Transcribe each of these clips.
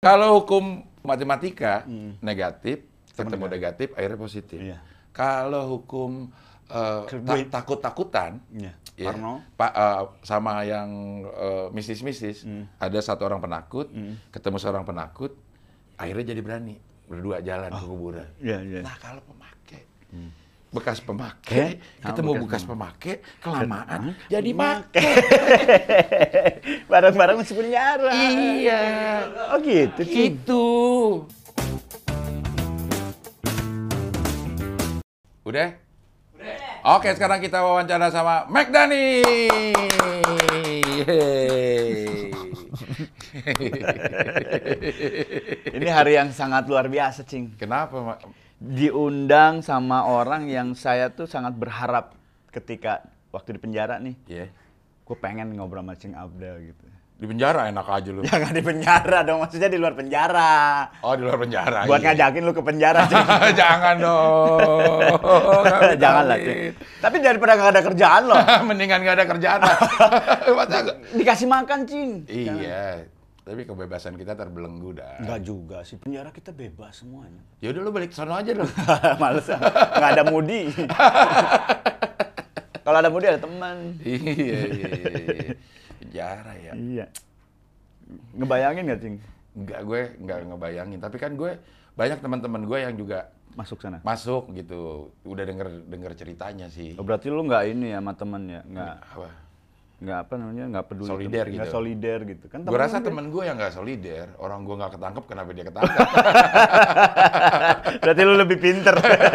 Kalau hukum matematika negatif, ketemu negatif, akhirnya positif. Iya. Kalau hukum takut-takutan, ya, Parno. sama yang mistis-mistis, ada satu orang penakut, ketemu seorang penakut, akhirnya jadi berani. Berdua jalan ke kuburan. Iya. Nah, kalau pemakai, bekas pemakai, ketemu bekas pemakai, kelamaan jadi pakai. Barang-barang masih penjara. Iya. Oh gitu, Cing. Gitu. Udah? Oke, sekarang kita wawancara sama Mac Dhani. Ini hari yang sangat luar biasa, Cing. Kenapa, Mak? Diundang sama orang yang saya tuh sangat berharap ketika waktu di penjara nih. Iya. Gue pengen ngobrol sama Cing Abdel gitu. Di penjara enak aja lu. Jangan di penjara dong, maksudnya di luar penjara. Oh, di luar penjara. Buat iya. ngajakin lu ke penjara, Cing. Jangan dong. Jangan lah, Cing. Tapi daripada gak ada kerjaan loh. Mendingan gak ada kerjaan. Dikasih makan, Cing. Iya. Tapi kebebasan kita terbelenggu dah. Enggak juga sih, penjara kita bebas semuanya. Ya udah lu balik ke sono aja dong. Males, nggak ada mudi. Kalau ada mudi ada teman. Iya. Penjara ya. Iya. Ngebayangin nggak, Cing? Enggak, gue nggak ngebayangin. Tapi kan gue banyak teman-teman gue yang juga Masuk sana. masuk gitu. Udah denger ceritanya sih. Oh, berarti lu nggak ini ya sama temen ya? Nggak apa namanya? Nggak peduli. Solider gitu. Nggak solider gitu. Kan Gue rasa dia- temen gue yang nggak solider. Orang gue nggak ketangkep, kenapa dia ketangkep? Berarti lu lebih pinter.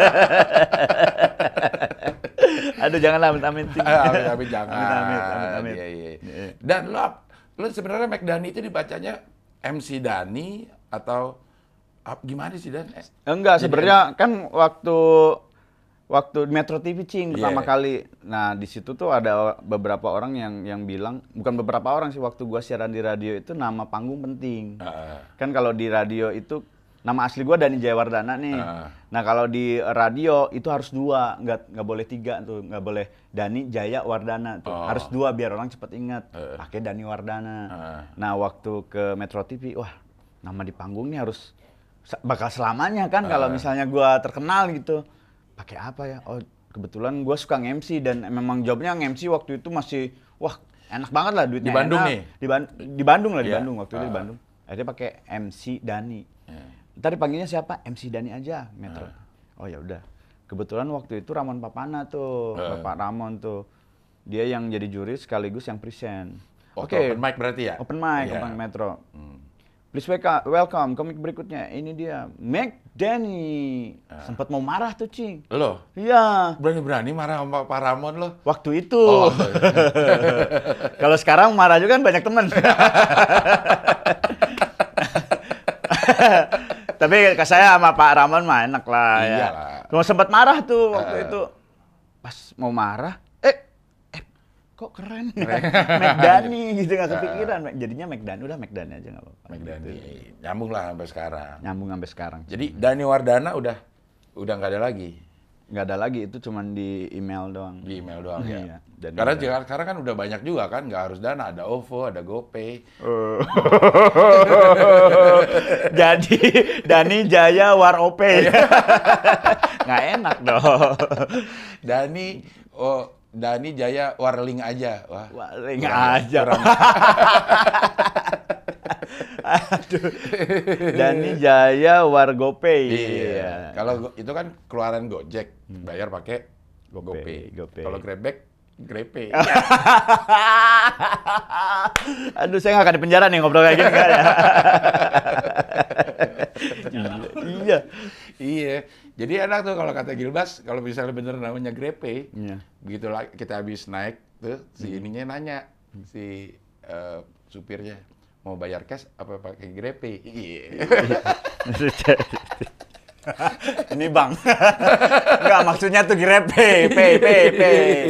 Aduh, jangan amit-amit, Cing. Amit-amit jangan. Amit-amit. Iya. Dan lo sebenarnya Mac Dhani itu dibacanya MC Dhani atau gimana sih, Dan? Enggak, sebenarnya kan waktu di Metro TV, Cing, pertama Iya. kali. Nah, di situ tuh ada beberapa orang yang bilang, bukan beberapa orang sih, waktu gua siaran di radio itu nama panggung penting. Kan kalau di radio itu nama asli gua Dhani Jayawardana nih. Nah, kalau di radio itu harus 2, nggak boleh 3 tuh, nggak boleh Dhani Jaya Wardana tuh. Harus 2 biar orang cepet ingat. Pakai Dhani Wardana. Nah, waktu ke Metro TV, wah, nama di panggung nih harus bakal selamanya kan kalau misalnya gua terkenal gitu. Pakai apa ya? Oh, kebetulan gua suka nge-MC dan memang jobnya nge-MC waktu itu masih wah, enak banget lah duitnya. Di Bandung enak. nih? Di Bandung lah, di Iya. Bandung waktu itu di Bandung. Akhirnya pakai MC Dhani. Ntar dipanggilnya siapa? MC Dhani aja, Metro. Oh ya udah. Kebetulan waktu itu Ramon Papana tuh, Bapak Ramon tuh. Dia yang jadi juri sekaligus yang present. Oke, open mic berarti ya? Open mic, Iya. Open Metro. Please welcome, komik berikutnya. Ini dia, Mac Dhani. Sempat mau marah tuh, Cing. Lo? Iya, Berani-berani marah sama Pak Ramon lo? waktu itu. Oh. Kalau sekarang marah juga kan banyak temen. Tapi ke saya sama Pak Ramon mah enak lah ya. Iyalah. Cuma sempat marah tuh waktu itu. Pas mau marah, kok keren. Mac Dhani gitu, nggak kepikiran. Jadinya Mac Dhani, udah Mac Dhani aja nggak apa-apa. Mac Dhani. Nyambung lah sampai sekarang. Nyambung sampai sekarang. Jadi Dhani Wardana udah nggak ada lagi Nggak ada lagi, itu cuman di email doang. di email doang ya. Iya, Dhani Karena Wardana. sekarang kan udah banyak juga kan, nggak harus Dana, ada OVO, ada GoPay. Jadi Dhani Jaya Warope. Nggak enak dong. Dhani Jaya Warling aja. Wah. Warling kurang- aja. kurang- Aduh. Dhani Jaya Wargopay. Iya. Kalau itu kan keluaran Gojek, bayar pakai GoPay. GoPay. Kalau GrabBack, GrabPay. Aduh, saya nggak akan di penjara nih ngobrol kayak gini kan ya. Iya. Iya. Jadi enak tuh kalau kata Gilbas, kalau misalnya bener namanya GrabPay, Iya. begitu kita habis naik tuh si ininya nanya si supirnya mau bayar cash apa pakai GrabPay? Iya. Ini Bang. Enggak, maksudnya tuh GrabPay, pay.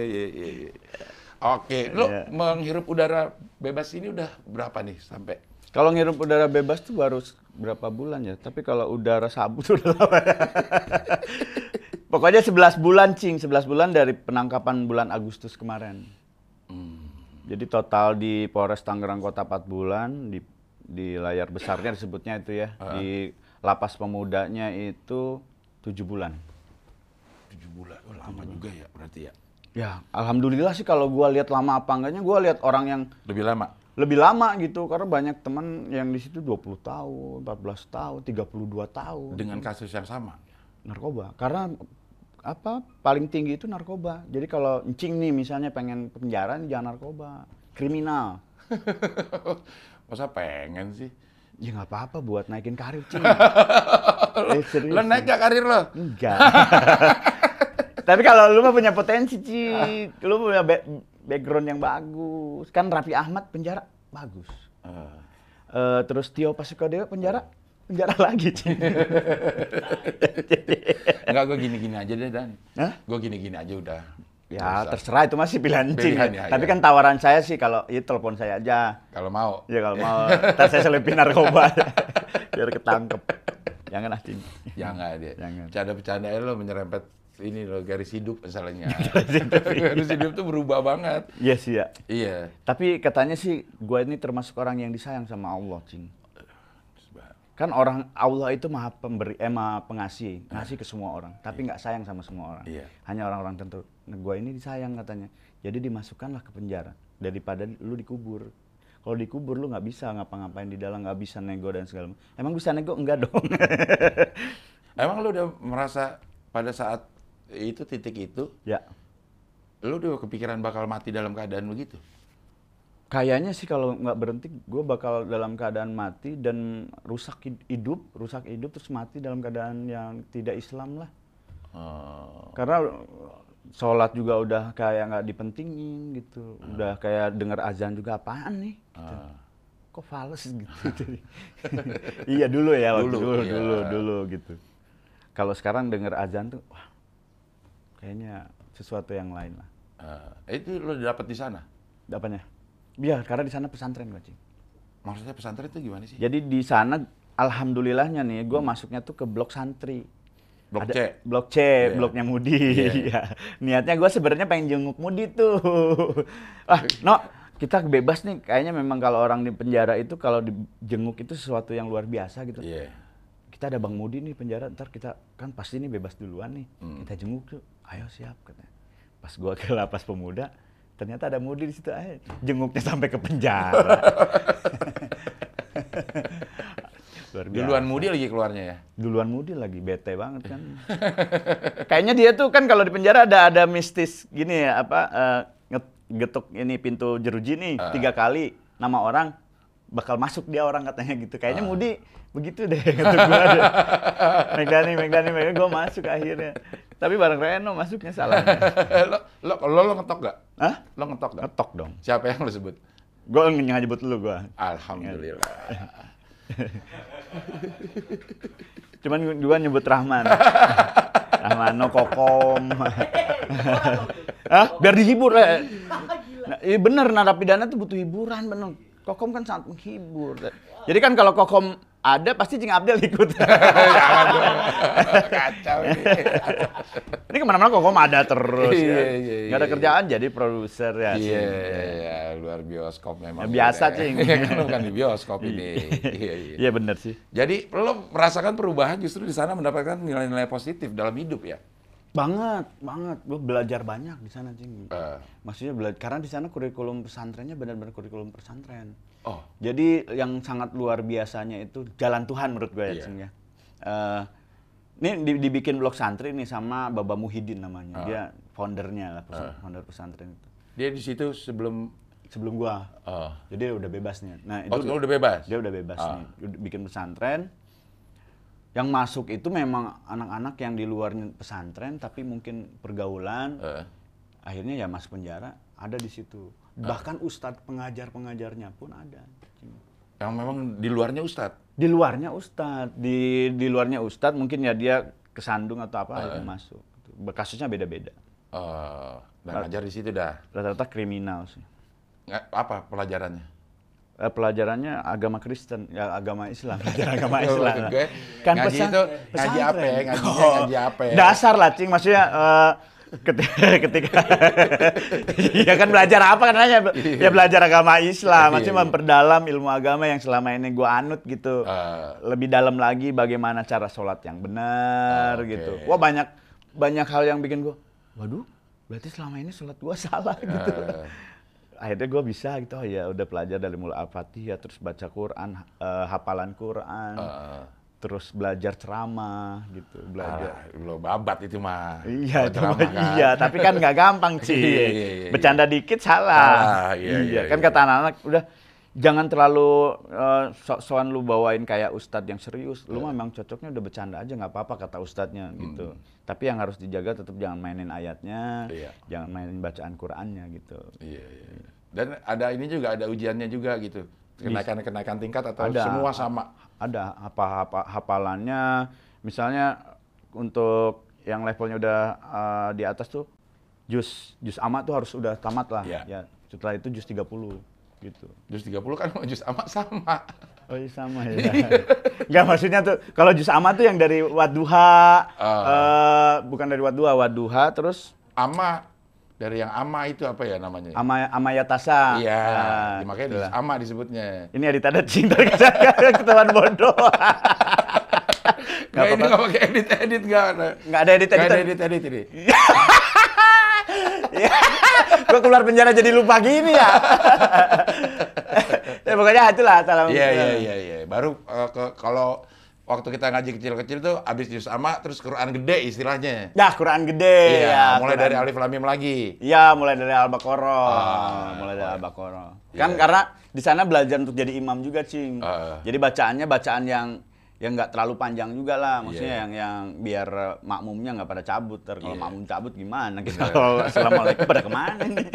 Oke, lo Iya. menghirup udara bebas ini udah berapa nih sampai? Kalau ngirup udara bebas tuh baru berapa bulan ya? Tapi kalau udara sabu tuh udah lama. Pokoknya 11 bulan, Cing. 11 bulan dari penangkapan bulan Agustus kemarin. Jadi total di Polres Tangerang Kota 4 bulan, di layar besarnya disebutnya itu ya. Di lapas pemudanya itu 7 bulan. 7 bulan, oh lama juga ya berarti ya? Ya, alhamdulillah sih kalau gua lihat lama apa enggaknya, gua lihat orang yang Lebih lama? lebih lama gitu, karena banyak teman yang di situ 20 tahun, 14 tahun, 32 tahun. Dengan kasus yang sama? Narkoba. Karena apa paling tinggi itu narkoba. Jadi kalau encing nih misalnya pengen penjara, jangan narkoba, kriminal. Masa pengen sih? Ya nggak apa-apa buat naikin karir, Cing. Serius. Lo naik gak karir lo? Enggak. Tapi kalau lu mah punya potensi, Cik. Lu punya background yang bagus. Kan Raffi Ahmad penjara bagus. Terus Tio Pakusadewo penjara lagi, Cik. Enggak, gue gini-gini aja deh, Dan. Hah? Gue gini-gini aja udah. Ya, terserah itu masih pilihan Cing. Pilihan, ya, Tapi ya. kan tawaran saya sih kalau itu telepon saya aja. Kalau mau. Ya kalau mau, ntar saya selipin narkoba biar ketangkep. Jangan ah, Cing. Jangan dia. Jangan. Bercanda-bercanda lo menyerempet ini lo garis hidup misalnya. Garis hidup tuh berubah banget. Iya sih ya. Iya. Tapi katanya sih gua ini termasuk orang yang disayang sama Allah, Cing. Kan orang Allah itu maha pemberi, maha pengasih, ngasih ke semua orang, tapi nggak sayang sama semua orang. Iya. Hanya orang-orang tertentu. Nah, gua ini disayang katanya. Jadi dimasukkanlah ke penjara daripada lu dikubur. Kalau dikubur lu nggak bisa ngapa-ngapain di dalam, nggak bisa nego dan segala macam. Emang bisa nego? Enggak dong. Emang lu udah merasa pada saat itu titik itu, Ya. lu udah kepikiran bakal mati dalam keadaan begitu? Kayaknya sih kalau nggak berhenti, gue bakal dalam keadaan mati dan rusak hidup terus mati dalam keadaan yang tidak Islam lah. Karena sholat juga udah kayak nggak dipentingin gitu, udah kayak denger azan juga apaan nih? Gitu. Kok fales gitu? Iya dulu ya, dulu gitu. Kalau sekarang denger azan tuh, wah, kayaknya sesuatu yang lain lah. Itu lo dapat di sana? Apanya? Iya, karena di sana pesantren, Cing. Maksudnya pesantren itu gimana sih? Jadi di sana, alhamdulillahnya nih, gue masuknya tuh ke blok santri. Blok C? Blok C, Yeah. bloknya Mudi. Yeah. Niatnya gue sebenarnya pengen jenguk Mudi tuh. No, kita bebas nih. Kayaknya memang kalau orang di penjara itu, kalau dijenguk itu sesuatu yang luar biasa gitu. Iya. Kita ada Bang Mudi nih penjara, ntar kita kan pasti nih bebas duluan nih. Kita jenguk tuh, ayo siap katanya. Pas gue ke lapas pemuda, ternyata ada Mudi di situ, jenguknya sampai ke penjara. Duluan Mudi lagi keluarnya ya? Duluan Mudi lagi, bete banget kan. Kayaknya dia tuh kan kalau di penjara ada mistis gini ya, getuk ini pintu jeruji nih 3 kali, nama orang bakal masuk dia orang katanya gitu. Kayaknya Mudi begitu deh kata gua deh. Megdani, gua masuk akhirnya. Tapi bareng Reno masuknya salahnya. lo ngetok gak? Hah? Lo ngetok gak? Ngetok dong. Siapa yang lo sebut? Gua nyebut lu gua. Alhamdulillah. Cuman gua nyebut Rahman. Rahmano, Kokom. Hah? Biar dihibur ya. Nah, iya bener, narapidana tuh butuh hiburan, bener. Kokom kan sangat menghibur. Jadi kan kalau Kokom ada, pasti Cing Abdel ikut. Jangan dong. Kacau nih. Ini kemana-mana Kokom ada terus. Iya. Nggak ada kerjaan jadi produser ya. Iya, luar bioskop memang. Ya, biasa, Cing. Kan bukan di bioskop ini. Iya bener sih. Jadi lo merasakan perubahan justru di sana mendapatkan nilai-nilai positif dalam hidup ya? Banget. Gue belajar banyak di sana, Cing. Maksudnya karena di sana kurikulum pesantrennya benar-benar kurikulum pesantren. Oh. Jadi yang sangat luar biasanya itu jalan Tuhan menurut gue ya, Cing ya. Ini dibikin blog santri nih sama Baba Muhyiddin namanya. Dia foundernya lah, founder pesantren itu. Dia di situ sebelum gua. Jadi dia udah bebas nih. Nah, itu udah bebas? Dia udah bebas nih. Udah bikin pesantren. Yang masuk itu memang anak-anak yang di luar pesantren tapi mungkin pergaulan. Akhirnya ya masuk penjara, ada di situ. Bahkan ustadz pengajar-pengajarnya pun ada. Yang memang di luarnya ustadz? Di luarnya ustadz. Di luarnya ustadz mungkin ya dia kesandung atau apa itu masuk. Kasusnya beda-beda. Dan ngajar di situ dah? Rata-rata kriminal sih. Apa pelajarannya? Pelajarannya agama Kristen, ya agama Islam, pelajaran agama Islam. Gue, Kan ngaji itu, ngaji apa ya? Ngaji apa ya? Dasar lah, Cing. Maksudnya ketika ya kan belajar apa kan nanya ya belajar agama Islam, maksudnya memperdalam ilmu agama yang selama ini gue anut gitu, lebih dalam lagi bagaimana cara sholat yang benar gitu. Wah banyak hal yang bikin gue, waduh berarti selama ini sholat gue salah gitu. Akhirnya gue bisa gitu, oh ya udah belajar dari mulai Al-Fatihah, terus baca Quran, hafalan Quran. Terus belajar ceramah gitu, belajar. Belum babat itu mah. Iya, ceramah kan. Iya, tapi kan nggak gampang sih. Iya. Bercanda dikit salah. Iya, kan kata anak-anak udah jangan terlalu sok-sokan lu bawain kayak ustadz yang serius. Lu memang cocoknya udah bercanda aja nggak apa-apa kata ustadznya gitu. Tapi yang harus dijaga tetap jangan mainin ayatnya, jangan mainin bacaan Qur'annya gitu. Iya. Dan ada ini juga, ada ujiannya juga gitu. Kenaikan tingkat atau ada, semua sama? Ada hafalannya, misalnya untuk yang levelnya udah di atas tuh juz amma tuh harus udah tamat lah. Ya, setelah itu juz 30 gitu. Juz 30 kan juz amma sama. Oh iya sama ya. Enggak, maksudnya tuh kalau juz amma tuh yang dari Wadduha, bukan dari Wadduha terus amma. Dari yang ama itu apa ya namanya? Amayatasa. Iya, makanya ama disebutnya. Ini edit ada cing dari ketahuan bodoh. Nggak, ini nggak pakai edit nggak ada. Nggak ada edit ini. Gue keluar penjara jadi lupa gini ya. Ya pokoknya itulah salam. Iya. Baru kalau waktu kita ngaji kecil-kecil tuh abis juz amma terus Quran gede istilahnya. Ya, Quran gede. Iya, mulai dari Alif Lam Mim lagi. Iya, mulai dari Al-Baqarah. Kan karena di sana belajar untuk jadi imam juga, Cing. Jadi bacaannya bacaan yang nggak terlalu panjang juga lah. Maksudnya yang biar makmumnya nggak pada cabut. Kalau makmum cabut gimana? Kalau assalamualaikum pada kemana nih?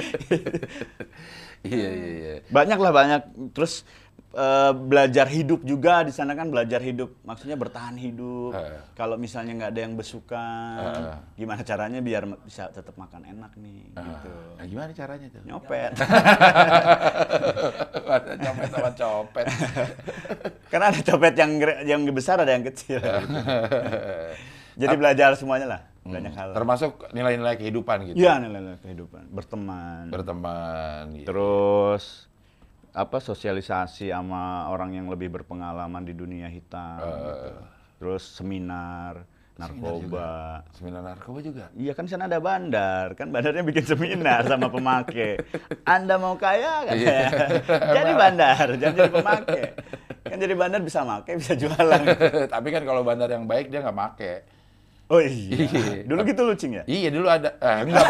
Iya. Banyak. Terus belajar hidup juga di sana kan, belajar hidup maksudnya bertahan hidup. Kalau misalnya nggak ada yang besukan, gimana caranya biar bisa tetap makan enak nih gitu. Nah, gimana caranya tuh? Nyopet. Nyopet sama copet. Karena ada copet yang besar, ada yang kecil. Jadi belajar semuanya lah, banyak hal. Termasuk nilai-nilai kehidupan gitu. Iya, nilai-nilai kehidupan, berteman gitu. Terus sosialisasi sama orang yang lebih berpengalaman di dunia hitam gitu. Terus seminar narkoba. Seminar narkoba juga? Iya kan sana ada bandar, kan bandarnya bikin seminar sama pemakai. Anda mau kaya kan? Jadi bandar, jangan jadi pemakai. Kan jadi bandar bisa make, bisa jualan. Tapi kan kalau bandar yang baik dia nggak make. Oh iya. Dulu gitu lu, Cing ya? Iya, dulu ada. Enggak.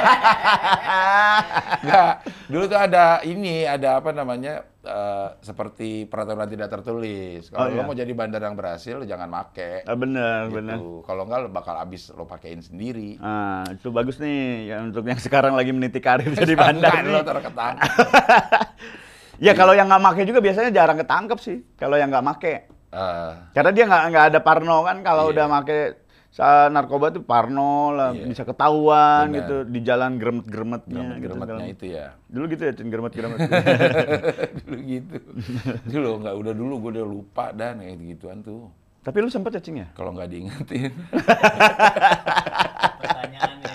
Enggak. Dulu tuh ada apa namanya, seperti peraturan tidak tertulis. Kalau lo mau jadi bandar yang berhasil, lo jangan make. Bener. Kalau enggak, lo bakal habis lo pakein sendiri. Itu bagus nih, ya, untuk yang sekarang lagi meniti karir jadi bandar nih. Lo terketangkep. Ya kalau yang nggak make juga biasanya jarang ketangkep sih. Kalau yang nggak make. Karena dia nggak ada parno kan kalau udah make narkoba tuh parno lah, bisa ketahuan. Bener. Gitu di jalan gremet-gremetnya itu ya. Dulu gitu ya, Cin, gremet-gremet. Dulu gitu. Dulu gue udah lupa dan kayak gituan tuh. Tapi lu sempet ya, Cing ya? Kalau nggak diingetin. Pertanyaannya.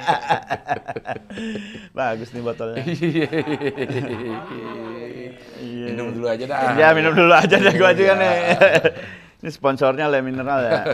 Bagus nih botolnya. Minum dulu aja dah. Ya, minum dulu aja deh gua juga nih. Ini sponsornya Le Mineral ya.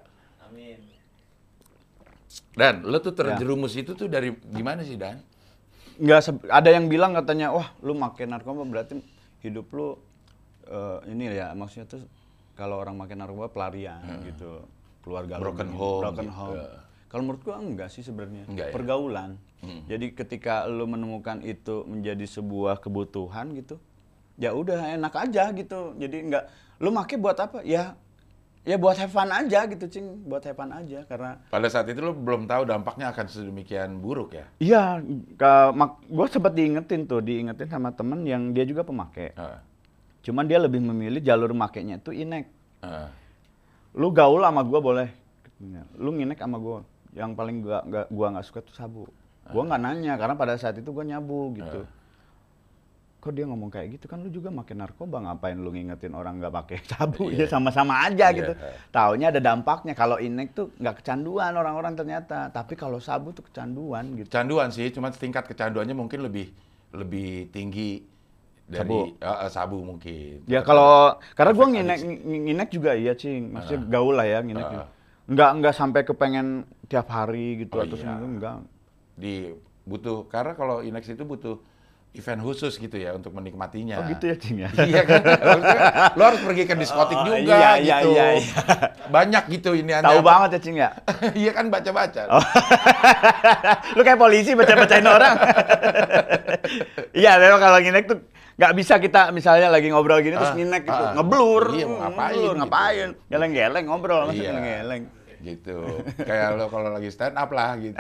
Dan lo tuh terjerumus itu tuh dari gimana sih, Dan? Ada yang bilang katanya, wah lu makin narkoba berarti hidup lu ini ya, maksudnya tuh kalau orang makin narkoba pelarian gitu, keluarga broken lu home. Kalau menurut gua enggak sih sebenarnya, Ya? pergaulan. Jadi ketika lu menemukan itu menjadi sebuah kebutuhan gitu, ya udah enak aja gitu. Jadi enggak, lu make buat apa? Ya buat have fun aja gitu, Cing. Buat have fun aja, karena pada saat itu lo belum tahu dampaknya akan sedemikian buruk ya? Iya, gue sempat diingetin sama temen yang dia juga pemakai. Cuman dia lebih memilih jalur makainya itu inek. Lu gaul sama gue boleh, lu nginek sama gue. Yang paling gue nggak suka tuh sabu. Gue nggak nanya, karena pada saat itu gue nyabu gitu. kok dia ngomong kayak gitu, kan lu juga makin narkoba, ngapain lu ngingetin orang nggak pakai sabu? Ya sama-sama aja gitu. Taunya ada dampaknya. Kalau inek tuh nggak kecanduan orang-orang ternyata, tapi kalau sabu tuh kecanduan gitu. Kecanduan sih, cuma tingkat kecanduannya mungkin lebih tinggi dari sabu mungkin. Ya kalau karena gua nginek juga iya Cing, maksudnya gaul lah ya nginek. Nggak sampai kepengen tiap hari gitu atau seminggu enggak. Karena kalau inek itu butuh event khusus gitu ya untuk menikmatinya. Oh gitu ya Cing ya? Iya kan, lo harus pergi ke diskotik juga gitu. Iya. Banyak gitu ini Tahu banget ya Cing ya? Iya kan baca-baca. Lu kayak polisi baca-bacain orang. Iya memang kalau nginek tuh nggak bisa kita misalnya lagi ngobrol gini terus nginek gitu, ngeblur. Iya mau ngapain? Gitu. Geleng-geleng ngobrol, masih geleng-geleng. Gitu. Kayak lo kalau lagi stand up lah gitu.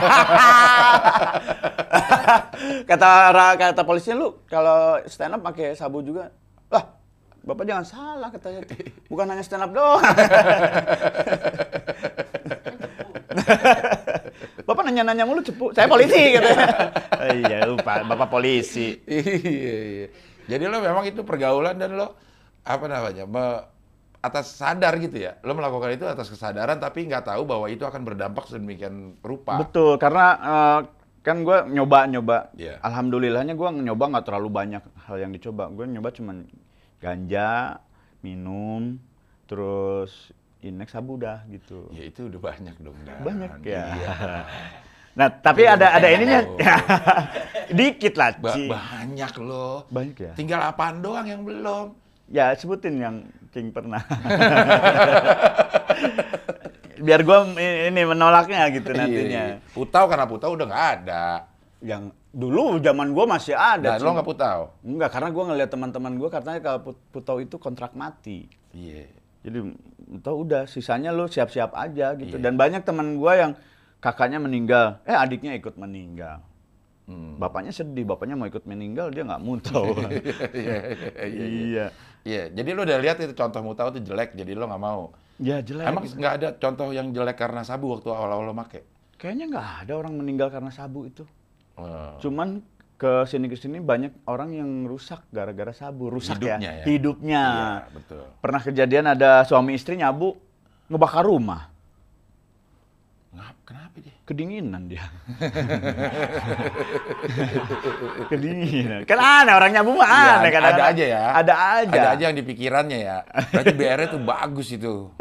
kata polisinya, lu kalau stand up pakai sabu juga. Lah, Bapak jangan salah katanya. Bukan hanya stand up doang. Bapak nanya-nanya mulu cepu. Saya polisi katanya. Iya, lupa Bapak polisi. Iya. Jadi lo memang itu pergaulan dan lo apa namanya? Atas sadar gitu ya, lo melakukan itu atas kesadaran tapi nggak tahu bahwa itu akan berdampak sedemikian rupa. Betul, karena kan gue nyoba. Alhamdulillahnya gue nyoba nggak terlalu banyak hal yang dicoba. Gue nyoba cuman ganja, minum, terus inek, sabu dah gitu. Ya itu udah banyak dong. Banyak ya. Iya. Nah tapi ada ininya. Dikit lah. Banyak loh. Banyak ya. Tinggal apaan doang yang belum. Ya sebutin yang King pernah. Biar gue ini menolaknya gitu nantinya. Putau karena Putau udah nggak ada. Yang dulu zaman gue masih ada. Nah, lo nggak Putau? Enggak, karena gue ngeliat teman-teman gue katanya kalau Putau itu kontrak mati. Iya. Jadi tau udah sisanya lo siap-siap aja gitu. Dan banyak teman gue yang kakaknya meninggal, adiknya ikut meninggal. Bapaknya sedih, bapaknya mau ikut meninggal, dia nggak Mutau. Iya, jadi lo udah lihat itu contoh Mutau itu jelek, jadi lo nggak mau. Ya jelek. Emang nggak ada contoh yang jelek karena sabu waktu awal-awal lo make? Kayaknya nggak ada orang meninggal karena sabu itu. Cuman ke sini banyak orang yang rusak gara-gara sabu. Rusak hidupnya. Hidupnya. Iya, betul. Pernah kejadian ada suami istri nyabu ngebakar rumah. Kenapa dia? Kedinginan dia. Kedinginan. Kan aneh orang nyabu mah aneh. Ya, ada aja ya. Ada aja yang di pikirannya ya. Berarti BR-nya tuh bagus itu.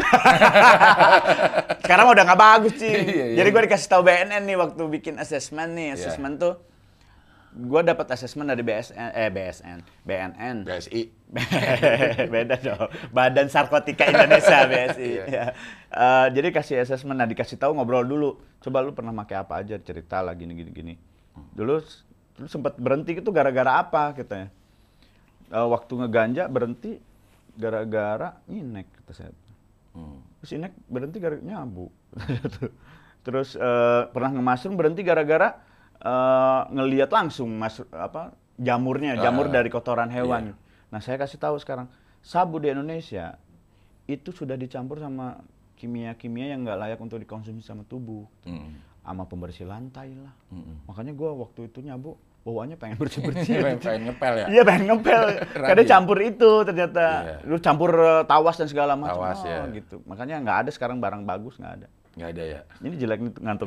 Sekarang udah nggak bagus sih. Jadi gue dikasih tahu BNN nih waktu bikin asesmen nih. Asesmen tuh gue dapat asesmen dari BNN. BSI. Beda dong. Badan Sarkotika Indonesia BSI. Jadi kasih asesmen, dikasih tahu ngobrol dulu. Coba lu pernah pakai apa aja, cerita lah gini. Dulu sempat berhenti itu gara-gara apa katanya. Waktu ngeganja berhenti gara-gara inek kata saya. Terus inek berhenti gara-gara nyabu. Terus pernah ngemasrum berhenti gara-gara ngelihat langsung jamur dari kotoran hewan. Nah saya kasih tahu sekarang sabu di Indonesia itu sudah dicampur sama kimia-kimia yang nggak layak untuk dikonsumsi sama tubuh, sama pembersih lantai lah. Makanya gue waktu itu nyabu bawaannya pengen bersih-bersih. Pengen ngepel ya? Iya pengen ngepel. Karena campur itu ternyata, lu campur tawas dan segala macam. Tawas ya. Gitu. Makanya nggak ada sekarang barang bagus, nggak ada. Nggak ada ya? Ini jelek nih ngantuk.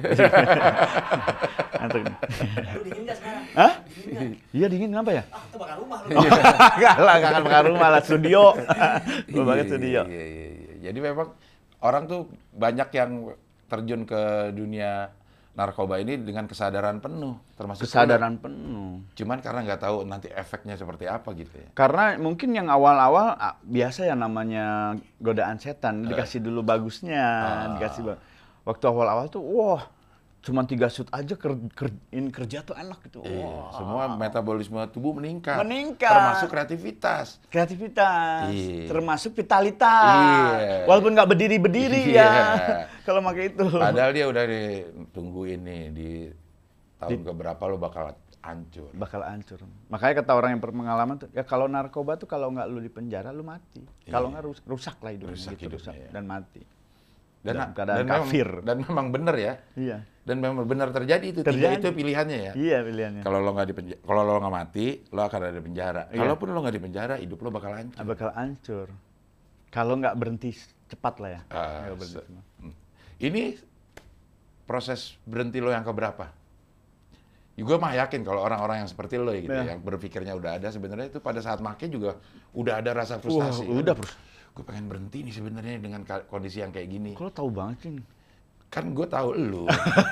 Ngantuk. Lu dingin nggak sekarang? Hah? Iya dingin, kenapa ya? Itu bakar rumah lu. Nggak akan bakar rumah lah, studio. Gue banget studio. Iya. Jadi memang orang tuh banyak yang terjun ke dunia narkoba ini dengan kesadaran penuh, termasuk kesadaran penuh. Cuman karena nggak tahu nanti efeknya seperti apa gitu ya. Karena mungkin yang awal-awal biasa ya namanya godaan setan, dikasih dulu bagusnya, dikasih waktu awal-awal tuh wah cuma 3 shoot aja kerja tuh enak gitu. Iya, semua metabolisme tubuh meningkat. Meningkat. Termasuk kreativitas. Iya. Termasuk vitalitas. Iya. Walaupun nggak berdiri-berdiri ya. Kalau pakai itu. Padahal dia udah ditungguin nih di tahun keberapa lo bakal hancur. Bakal hancur. Makanya kata orang yang berpengalaman tuh, ya kalau narkoba tuh kalau nggak lu di penjara lu mati. Kalau nggak rusak lah hidupnya. Rusak dan mati. dalam keadaan kafir. Dan memang benar ya. Iya. Dan memang benar terjadi itu. Terjadi. Itu pilihannya ya. Iya pilihannya. Kalau lo nggak mati, lo akan ada di penjara. Iya. Kalaupun lo nggak di penjara, hidup lo bakal hancur. Bakal hancur. Kalau nggak berhenti cepat lah ya. Nggak berhenti cepat. Ini proses berhenti lo yang keberapa? Gue mah yakin kalau orang-orang yang seperti lo gitu, yang berpikirnya udah ada sebenarnya itu pada saat make juga udah ada rasa frustasi. Udah, gue pengen berhenti nih sebenarnya dengan kondisi yang kayak gini. Kalau tahu banget sih. Kan gue tahu lu.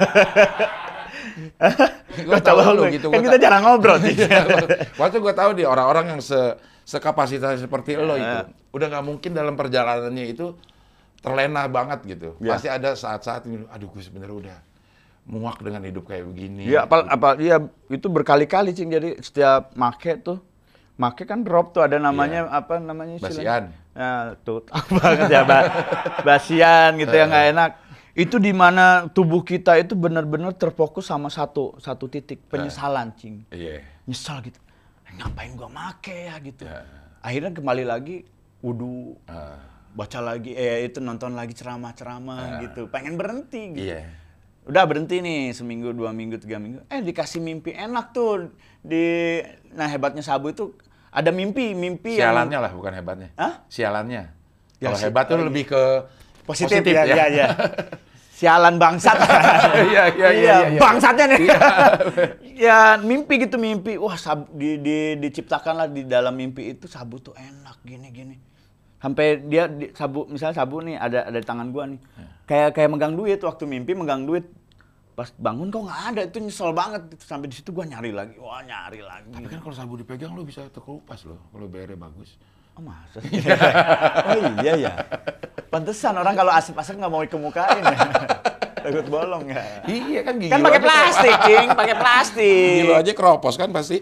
Gue tahu lu gitu. Kan kita jarang ngobrol sih. Waktu gue tahu di orang-orang yang sekapasitas seperti lo itu, udah nggak mungkin dalam perjalanannya itu terlena banget gitu. Pasti ada saat-saat ini, aduh gue sebenarnya udah muak dengan hidup kayak begini. Iya, iya itu berkali-kali Cing. Jadi setiap make kan drop tuh ada namanya apa namanya Basian. istilahnya? Ya, tuh banget ya, basian gitu yang nggak enak. Itu di mana tubuh kita itu benar-benar terfokus sama satu titik, penyesalan, Cing. Iya. Nyesal gitu. Ngapain gua make ya gitu. Akhirnya kembali lagi wudu. Baca lagi itu nonton lagi ceramah-ceramah gitu. Pengen berhenti gitu. Iya. Udah berhenti nih seminggu, 2 minggu, 3 minggu. Dikasih mimpi enak tuh. Nah hebatnya Sabu itu ada mimpi Sialannya lah, bukan hebatnya. Hah? Sialannya. Ya, Kalau hebat tuh lebih ke positif ya. Sialan bangsat. Iya. Bangsatnya nih. Ya mimpi. Wah, diciptakanlah di dalam mimpi itu Sabu tuh enak gini. Sampai dia misalnya Sabu nih ada di tangan gua nih. Kayak megang duit waktu mimpi megang duit. Pas bangun kok nggak ada, itu nyesel banget. Sampai di situ gua nyari lagi. Tapi kan kalau Sabu dipegang lo bisa terkelupas loh, kalau bayarnya bagus. Oh masa? Oh iya ya. Pantesan orang kalau asap-asap nggak mau dikemukain ya. Takut bolong ya. Iya kan gigi kan pakai plastik, Cing, pakai plastik. Gigi lo aja keropos kan pasti.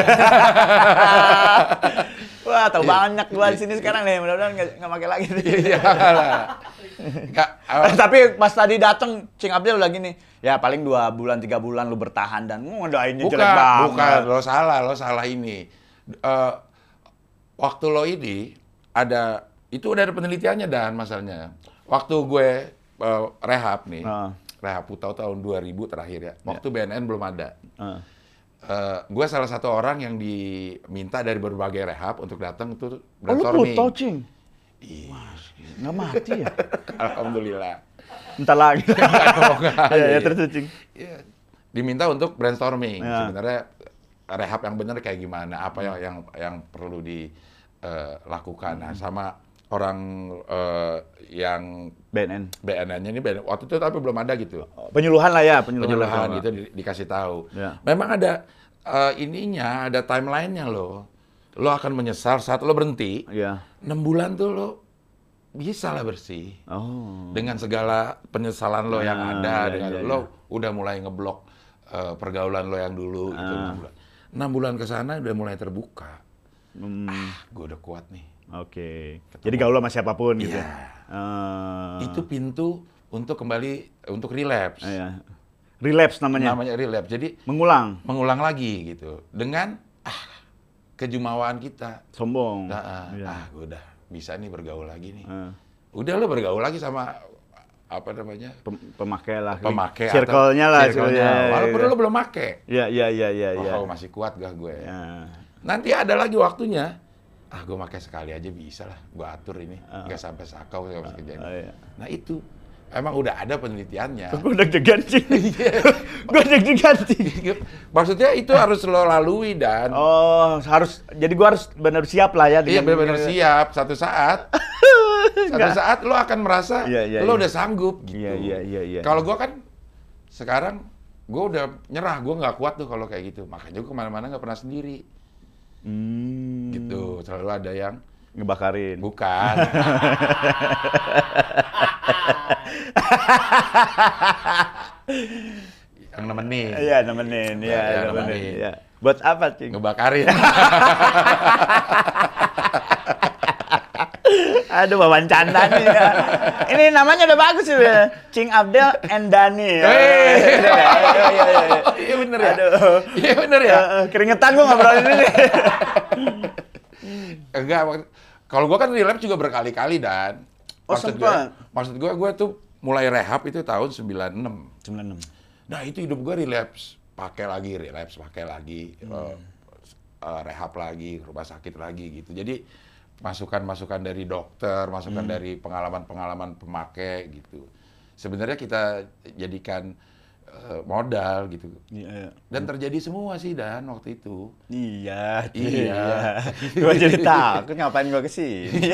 Wah, tahu banyak gua di sini sekarang nih. Mudah-mudahan nggak pakai lagi. Iya lah. Tapi pas tadi datang Cing Abdel lagi nih. Ya paling 2 bulan 3 bulan lu bertahan dan ngedoainnya jelek banget. Bukan, lo salah ini. Waktu lo ini itu udah ada penelitiannya dan masalahnya. Waktu gue rehab nih, rehab tahu tahun 2000 terakhir ya. Waktu BNN belum ada. Gue salah satu orang yang diminta dari berbagai rehab untuk datang itu brainstorming. Lu puto, Cing? Iya. Nggak mati ya? Alhamdulillah. Entar lagi. Ya, terus Cing. Iya. Diminta untuk brainstorming. Sebenarnya rehab yang benar kayak gimana? Apa yang perlu dilakukan? Nah, sama orang yang BNN-nya ini waktu itu tapi belum ada gitu. Penyuluhan lah ya, penyuluhan gitu dikasih tahu. Ya. Memang ada ininya, ada timeline-nya lo. Lo akan menyesal saat lo berhenti. Iya. 6 bulan tuh lo bisa lah bersih. Dengan segala penyesalan lo yang ada, lo udah mulai ngeblok pergaulan lo yang dulu gitu. 6 bulan ke sana udah mulai terbuka. Gue udah kuat nih. Oke. Jadi gaul sama siapapun gitu. Itu pintu untuk kembali untuk relapse. Relapse namanya. Namanya relapse. Jadi mengulang lagi gitu. Dengan kejumawaan kita. Sombong. Gue udah bisa nih bergaul lagi nih. Udah lo bergaul lagi sama apa namanya? Pemakai lah. Pemakai. Circle-nya lah. Walaupun lo belum make. Iya. Wah, masih kuat gak gue? Nanti ada lagi waktunya. Gue pakai sekali aja bisa lah, gue atur ini, nggak sampai sakau, nggak sampai kejadian. Nah itu, emang udah ada penelitiannya. Gue udah deg-degan. Gue deg-degan. Maksudnya itu harus lo lalui dan. Jadi gue harus benar siap lah ya. Iya benar siap, satu saat lo akan merasa lo udah sanggup gitu. Iya. Kalau gue kan sekarang gue udah nyerah, gue nggak kuat tuh kalau kayak gitu, makanya gue kemana-mana nggak pernah sendiri. Gitu, selalu ada yang ngebakarin. Bukan. Yang nemenin. Iya, nemenin. Iya. Buat apa, Cing? Ngebakarin. Aduh, Bawan Canda nih ya. Ini namanya udah bagus ya. Cing Abdel and Dani. Iya bener ya? Iya bener ya? Keringetan gua ngobrolin ini. Enggak, kalau gua kan relapse juga berkali-kali dan maksud gua tuh mulai rehab itu tahun 96. 96. Nah, itu hidup gue relapse pakai lagi, rehab lagi, rumah sakit lagi gitu. Jadi masukan-masukan dari dokter, masukan dari pengalaman-pengalaman pemakai gitu. Sebenarnya kita jadikan modal gitu. Iya. Dan terjadi semua sih Dan waktu itu. Iya. Gua jadi takut ngapain gua kesini.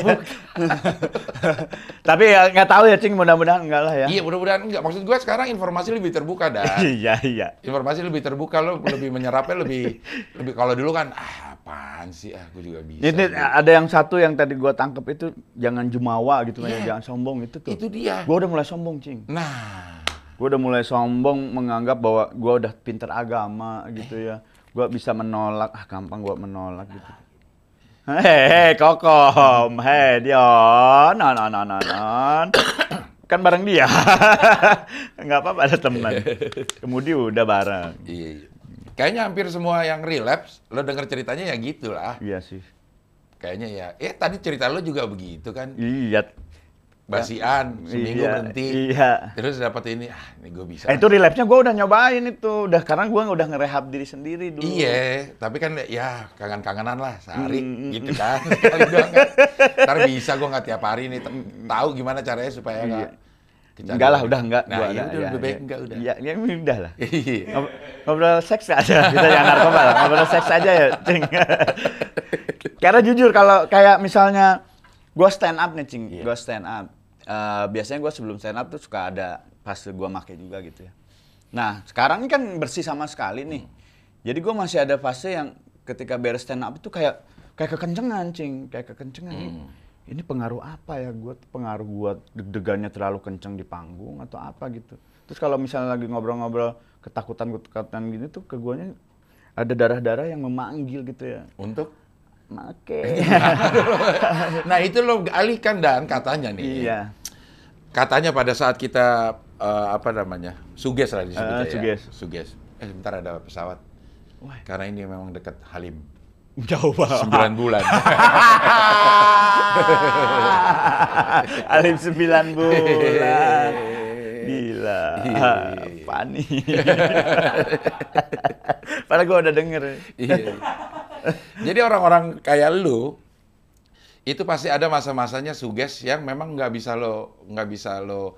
Tapi ya nggak tahu ya Cing, mudah-mudahan enggak lah ya. Iya, mudah-mudahan enggak. Maksud gue sekarang informasi lebih terbuka Dan. Iya. Informasi lebih terbuka, lo lebih menyerapnya lebih kalau dulu kan apaan sih, aku juga bisa. Ini gitu. ada yang satu yang tadi gua tangkep itu jangan jumawa gitu ya, jangan sombong itu tuh. Itu dia. Gua udah mulai sombong, Cing. Nah, Gue udah mulai sombong menganggap bahwa gue udah pinter agama gitu ya. Gue bisa menolak, gampang gue menolak gitu. Hei, Kokom, hei Dion, non. Kan bareng dia. Nggak apa-apa, ada teman. Kemudian udah bareng. iya. Kayaknya hampir semua yang relapse, lo denger ceritanya ya gitu lah. Iya sih. Kayaknya ya, tadi cerita lo juga begitu kan. Iya. Basian, seminggu berhenti. Iya. Terus dapat ini gue bisa. Itu relapse-nya gue udah nyobain itu. Karena gue udah ngerehab diri sendiri dulu. Iya, tapi kan ya kangen-kangenan lah sehari gitu kan. Sekali doang kan. Ntar bisa gue nggak tiap hari nih tahu gimana caranya supaya nggak. Enggak lah, udah enggak. Nah, ya udah lebih baik enggak udah. Iya, udah lah. Iya. Ngobrol seks aja. Kita jangan narkoba lah. Ngobrol seks aja ya, Cing. Karena jujur kalau kayak misalnya gue stand up nih, Cing. Gue stand up. Biasanya gue sebelum stand up tuh suka ada fase gue make juga gitu ya. Nah, sekarang ini kan bersih sama sekali nih. Jadi gue masih ada fase yang ketika beres stand up itu kayak kekencengan, Cing. Kayak kekencengan. Ini pengaruh apa ya? Pengaruh gue deg-degannya terlalu kenceng di panggung atau apa gitu. Terus kalau misalnya lagi ngobrol-ngobrol ketakutan gini tuh ke guanya ada darah-darah yang memanggil gitu ya. Untuk? Make. Nah itu lo alihkan Dan katanya nih. Iya. Katanya pada saat kita suges lah disebutnya suges. Sebentar ada pesawat. Wah. Karena ini memang dekat Halim. Jauh banget. 9 bulan. Halim 9 bulan. Gila. Panik. Padahal gue udah denger. Iya. Jadi orang-orang kayak lu itu pasti ada masa-masanya suges yang memang nggak bisa lo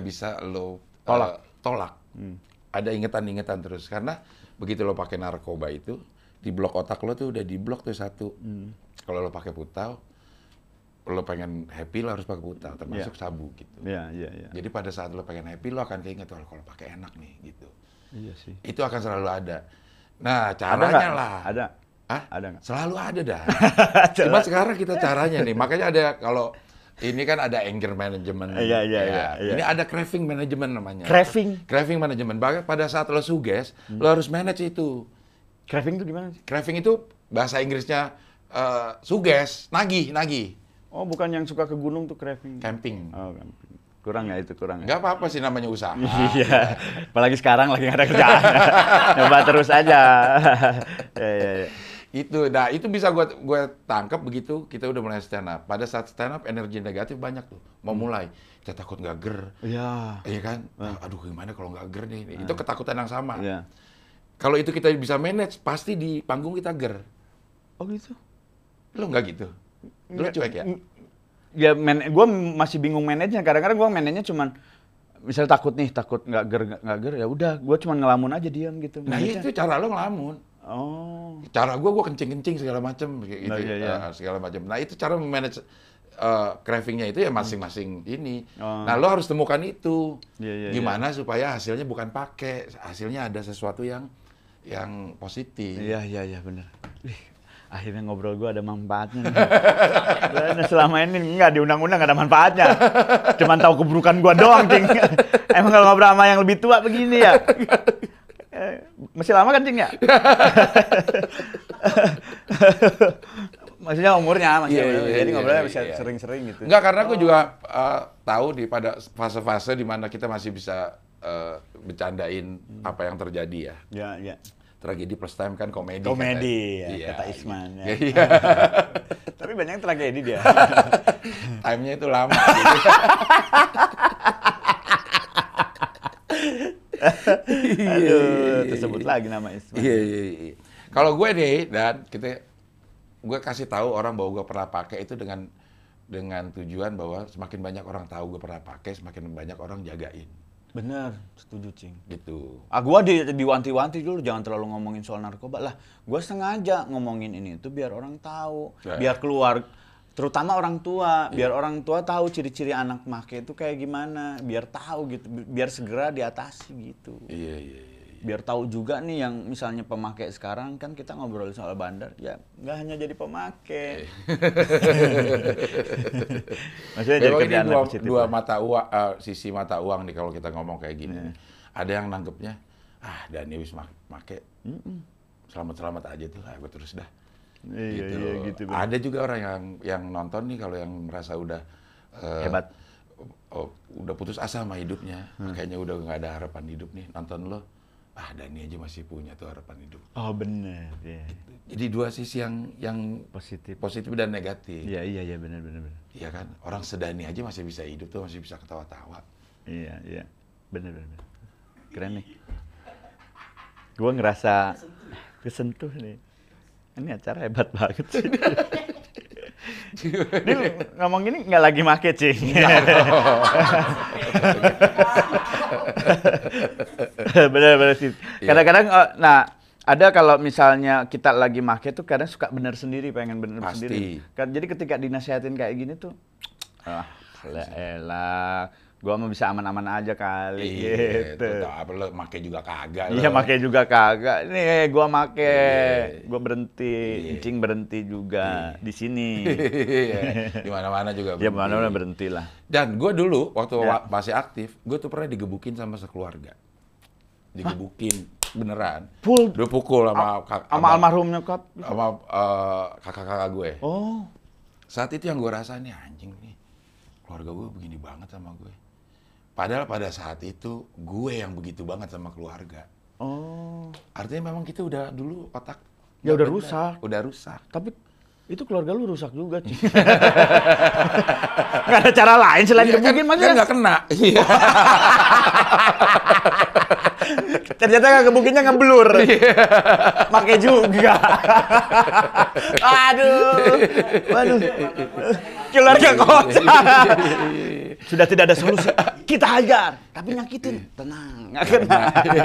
tolak. Ada ingetan-ingetan terus karena begitu lo pakai narkoba itu di blok otak lo tuh udah di blok tuh satu. Kalau lo pakai putau, lo pengen happy lo harus pakai putau, termasuk sabu gitu. Iya. Jadi pada saat lo pengen happy lo akan keinget kalau pakai enak nih gitu. Iya sih. Itu akan selalu ada. Nah caranya lah. Ada. Hah? Ada nggak? Selalu ada dah. Cuma sekarang kita caranya nih, makanya ada kalau ini kan ada anger management. Iya. Ini ada craving management namanya. Craving management. Bahkan pada saat lo suges, lo harus manage itu. Craving itu gimana sih? Craving itu bahasa Inggrisnya suges, nagih. Oh, bukan yang suka ke gunung tuh craving. Camping. Oh, camping. Kurang ya itu, kurang. Nggak apa-apa sih namanya usaha. Iya. Apalagi sekarang lagi nggak ada kerjaan. Coba terus aja. Iya. Nah itu bisa gue tangkap begitu kita udah mulai stand up. Pada saat stand up energi negatif banyak tuh mau mulai. Kita takut nggak ger. Iya kan? Aduh gimana kalau nggak ger nih? Itu ketakutan yang sama. Iya. Kalau itu kita bisa manage, pasti di panggung kita ger. Oh gitu? Lo nggak gitu? Lo cuek ya? Ya, gue masih bingung manajenya. Kadang-kadang gue manajenya cuman misalnya takut nggak ger, ya udah, gue cuman ngelamun aja diam gitu. Nah itu cara lo ngelamun. Oh. Cara gue kencing segala macam gitu, segala macam. Nah itu cara memanage cravingnya itu ya masing-masing ini. Nah lo harus temukan itu. Gimana supaya hasilnya bukan pakai, hasilnya ada sesuatu yang positif. Iya benar. Akhirnya ngobrol gue ada manfaatnya. Selama ini nggak di undang-undang nggak ada manfaatnya. Cuman tahu keburukan gue doang, Cing. Emang kalau ngobrol sama yang lebih tua begini ya. Masih lama kan, Cing ya? Maksudnya umurnya masih jadi ngobrolnya bisa sering-sering gitu. Enggak, karena aku juga tahu pada fase-fase di mana kita masih bisa bercandain apa yang terjadi ya. Iya. Tragedi plus time kan komedi. Komedi, ya, kata Isman. Ya. Iya. Tapi banyak tragedi dia. Time-nya itu lama. Gitu. Aduh, tersebut lagi nama Isman. Iya. Kalau gue nih, dan gue kasih tahu orang bahwa gue pernah pakai itu dengan tujuan bahwa semakin banyak orang tahu gue pernah pakai, semakin banyak orang jagain. Bener, setuju Cing. Gitu. Gua diwanti-wanti dulu jangan terlalu ngomongin soal narkoba lah. Gua sengaja ngomongin ini itu biar orang tahu, biar keluar, terutama orang tua, biar orang tua tahu ciri-ciri anak make itu kayak gimana, biar tahu gitu, biar segera diatasi gitu. Iya. Biar tahu juga nih yang misalnya pemakai sekarang kan kita ngobrol soal bandar, ya nggak hanya jadi pemakai. Maksudnya jadi kerjaan dua mata uang, sisi mata uang nih kalau kita ngomong kayak gini. Ada yang nanggepnya, Dani wis make, selamat-selamat aja tuh, gue terus dah. Gitu. Ada juga orang yang nonton nih kalau yang merasa udah hebat, udah putus asa sama hidupnya, kayaknya udah nggak ada harapan hidup nih, nonton lo. Dani aja masih punya tuh harapan hidup. Oh bener, ya. Jadi dua sisi yang positif dan negatif. Iya bener. Iya kan, orang sedani aja masih bisa hidup tuh, masih bisa ketawa-tawa. Iya, bener. Keren nih. Gua ngerasa kesentuh nih. Ini acara hebat banget sih. Ini ngomong gini nggak lagi make, Cing. Bener sih. Kadang-kadang, ada kalau misalnya kita lagi make tuh kadang suka bener sendiri, pengen bener sendiri. Jadi ketika dinasihatin kayak gini tuh, elah, gua mah bisa aman-aman aja kali gitu. Apa lo make juga kagak. Iya, make juga kagak. Nih gua make, gua berhenti, Cing berhenti juga di sini. Di mana-mana juga berhenti. Ya mana-mana berhenti lah. Dan gua dulu waktu masih aktif, gua tuh pernah digebukin sama sekeluarga. Digebukin beneran. Dipukul sama almarhum nyokap. Sama kakak-kakak gue. Oh. Saat itu yang gue rasain nih, anjing nih, keluarga gue begini banget sama gue. Padahal pada saat itu gue yang begitu banget sama keluarga. Oh. Artinya memang kita udah dulu otak. Ya udah rusak. Udah rusak. Tapi itu keluarga lu rusak juga, Cing. Nggak ada cara lain selain gebukin, kan nggak kena. Ternyata nggak gebukinnya ngeblur. Make juga. Waduh. Keluarga kocak. Sudah tidak ada solusi. Kita hajar, tapi nyakitin. Tenang, nggak kena.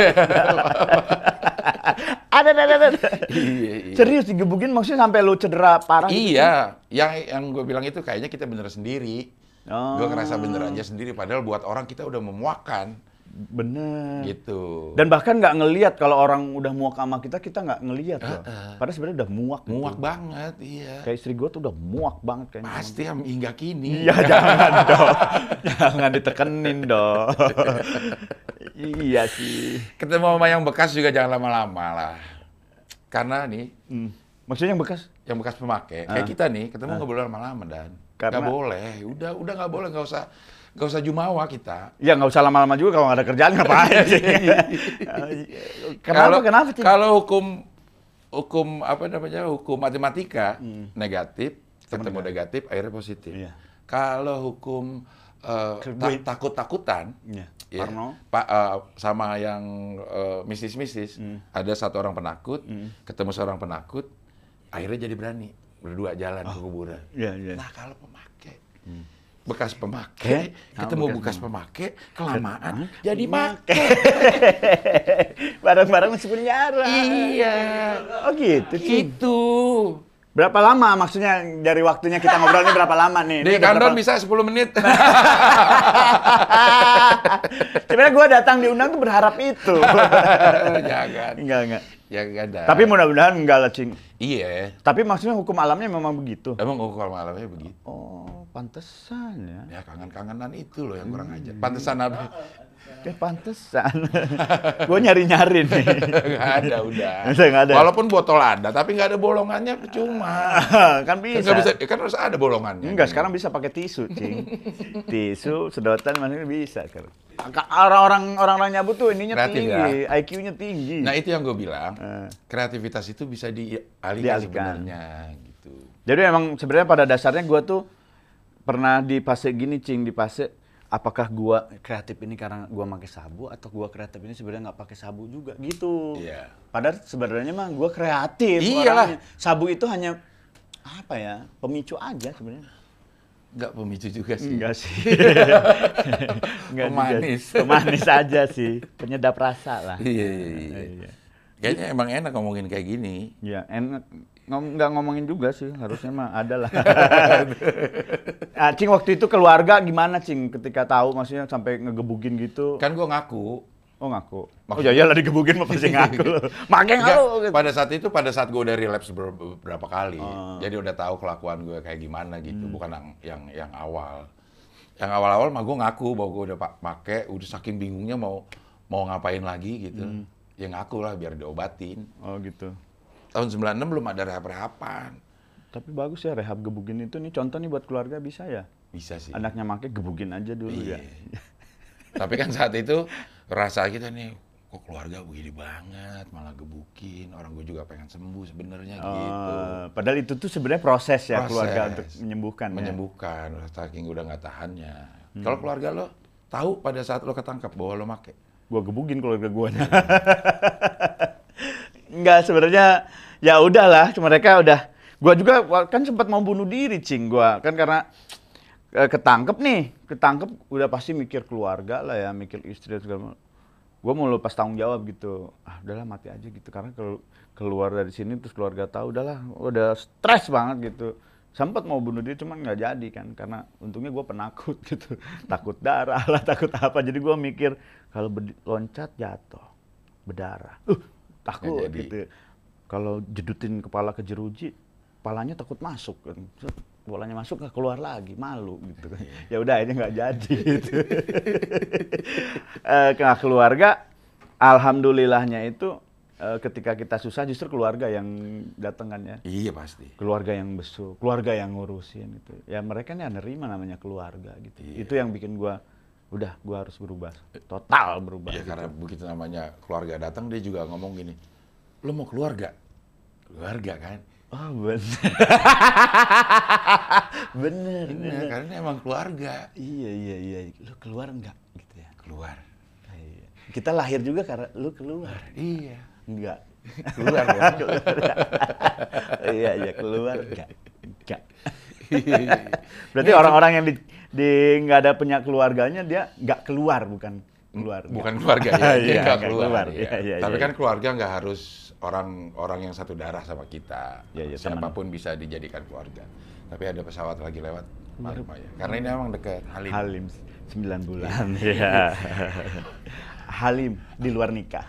Ada. Serius digebukin maksudnya sampai lu cedera parah? Iya, gitu? yang gue bilang itu kayaknya kita bener sendiri. Gue ngerasa bener aja sendiri, padahal buat orang kita udah memuakkan. Bener. Gitu. Dan bahkan nggak ngelihat kalau orang udah muak sama kita nggak ngelihat loh. Padahal sebenarnya udah muak. Muak gitu. banget, iya. Kayak istri gue tuh udah muak banget kayaknya. Pasti hingga kini. Iya, jangan dong. Jangan ditekenin dong. Iya sih. Ketemu sama yang bekas juga jangan lama-lama lah. Karena nih, maksudnya yang bekas? Yang bekas pemakai, kayak kita nih, ketemu nggak boleh lama-lama, Dan. Nggak boleh, udah nggak boleh, nggak usah jumawa kita. Ya nggak usah lama-lama juga, kalau nggak ada kerjaan ngapain sih? Kenapa? Kalau hukum apa namanya, hukum matematika negatif, ketemu negatif, akhirnya positif. Iya. Kalau hukum takut-takutan, ya, sama yang mistis-mistis, ada satu orang penakut, ketemu seorang penakut, akhirnya jadi berani, berdua jalan ke kuburan. Iya. Nah kalau pemakai, bekas pemakai, ketemu bekas pemakai, kelamaan jadi make. Barang-barang masih punya arah. Iya. Oh gitu. Gitu. Berapa lama maksudnya dari waktunya kita ngobrol ini berapa lama nih? Di kantor bisa 10 menit. Sebenarnya gue datang diundang tuh berharap itu. Jangan. Enggak. Ya enggak ada. Tapi mudah-mudahan enggak lah, Cing. Iya. Tapi maksudnya hukum alamnya memang begitu. Emang hukum alamnya begitu. Oh, pantesan ya. Ya kangen-kangenan itu loh yang kurang ajar. Pantesan apa? Pantesan. Gue nyari-nyari nih. Nggak ada, udah. Nggak ada. Walaupun botol ada, tapi nggak ada bolongannya, percuma. Kan bisa. Kan harus ada bolongannya. Enggak, sekarang bisa pakai tisu, Cing. Tisu, sedotan, maksudnya bisa. Orang-orang nyabut tuh ininya kreatif, tinggi, ya? IQ-nya tinggi. Nah itu yang gue bilang, kreativitas itu bisa dialihkan sebenarnya. Gitu. Jadi emang sebenarnya pada dasarnya gue tuh pernah di fase gini, Cing, di fase apakah gua kreatif ini karena gua pakai sabu atau gua kreatif ini sebenarnya nggak pakai sabu juga gitu. Iya. Padahal sebenarnya mah gua kreatif. Iyalah. Orangnya. Sabu itu hanya apa ya, pemicu aja sebenarnya. Nggak pemicu juga sih. Enggak sih. Enggak Pemanis. juga. Pemanis aja sih, penyedap rasa lah. Iya. Kayaknya emang enak ngomongin kayak gini. Ya, enak. Nggak ngomongin juga sih, harusnya mah ada lah. Cing waktu itu keluarga gimana Cing ketika tahu maksudnya sampai ngegebukin gitu? Kan gue ngaku. Oh ngaku. Oh ya iyalah digebukin mah pasti ngaku. Makanya ngaku. Gitu. Pada saat gue udah relapse beberapa kali. Jadi udah tahu kelakuan gue kayak gimana gitu, bukan yang awal. Yang awal-awal mah gue ngaku bahwa gue udah pakai, udah saking bingungnya mau ngapain lagi gitu. Ya ngaku lah biar diobatin. Oh gitu. Tahun 96 belum ada rehab-rehaban. Tapi bagus ya rehab gebukin itu nih contoh nih buat keluarga bisa ya? Bisa sih. Anaknya make gebukin aja dulu ya. Tapi kan saat itu rasa kita nih, kok keluarga begini banget, malah gebukin. Orang gue juga pengen sembuh sebenarnya gitu. Padahal itu tuh sebenarnya proses ya keluarga untuk menyembuhkan. Menyembuhkan, saking udah nggak tahannya. Kalau keluarga lo tahu pada saat lo ketangkap bahwa lo make? Gua gebukin keluarga guanya. Enggak sebenarnya ya udahlah, mereka udah. Gua juga kan sempat mau bunuh diri, Cing. Gua kan karena ketangkep udah pasti mikir keluarga lah ya, mikir istri segala macam. Gua mau lepas tanggung jawab gitu. Udahlah mati aja gitu karena kalau keluar dari sini terus keluarga tahu udahlah, udah stres banget gitu. Sempat mau bunuh diri cuman nggak jadi kan karena untungnya gua penakut gitu. Takut darah lah, takut apa. Jadi gua mikir kalau loncat jatuh, berdarah. Takut gitu. Kalau jedutin kepala ke jeruji, kepalanya takut masuk kan. Bolanya masuk nggak keluar lagi, malu gitu kan. Ya udah ini nggak jadi gitu. Ke keluarga, alhamdulillahnya itu ketika kita susah justru keluarga yang datang kan ya. Iya pasti. Keluarga yang besuk, keluarga yang ngurusin itu. Ya mereka nih nerima namanya keluarga gitu. Iya. Itu yang bikin gua harus berubah, total berubah. Ya gitu. karena begitu namanya keluarga datang dia juga ngomong gini, lo mau keluarga? Keluarga kan? Oh bener. bener. Karena emang keluarga. Iya. Lu keluar enggak gitu ya? Keluar. Iya. Kita lahir juga karena lu keluar. Iya. Enggak. Keluar ya? Iya, keluar enggak. Berarti orang-orang yang di nggak ada punya keluarganya dia nggak keluar bukan keluar. Bukan keluarga ya, dia nggak keluar. Iya. Tapi kan keluarga nggak harus orang yang satu darah sama kita. Iya, Siapapun bisa dijadikan keluarga. Tapi ada pesawat lagi lewat, maklum aja. Karena ini emang dekat Halim 9 bulan. Iya. Halim di luar nikah.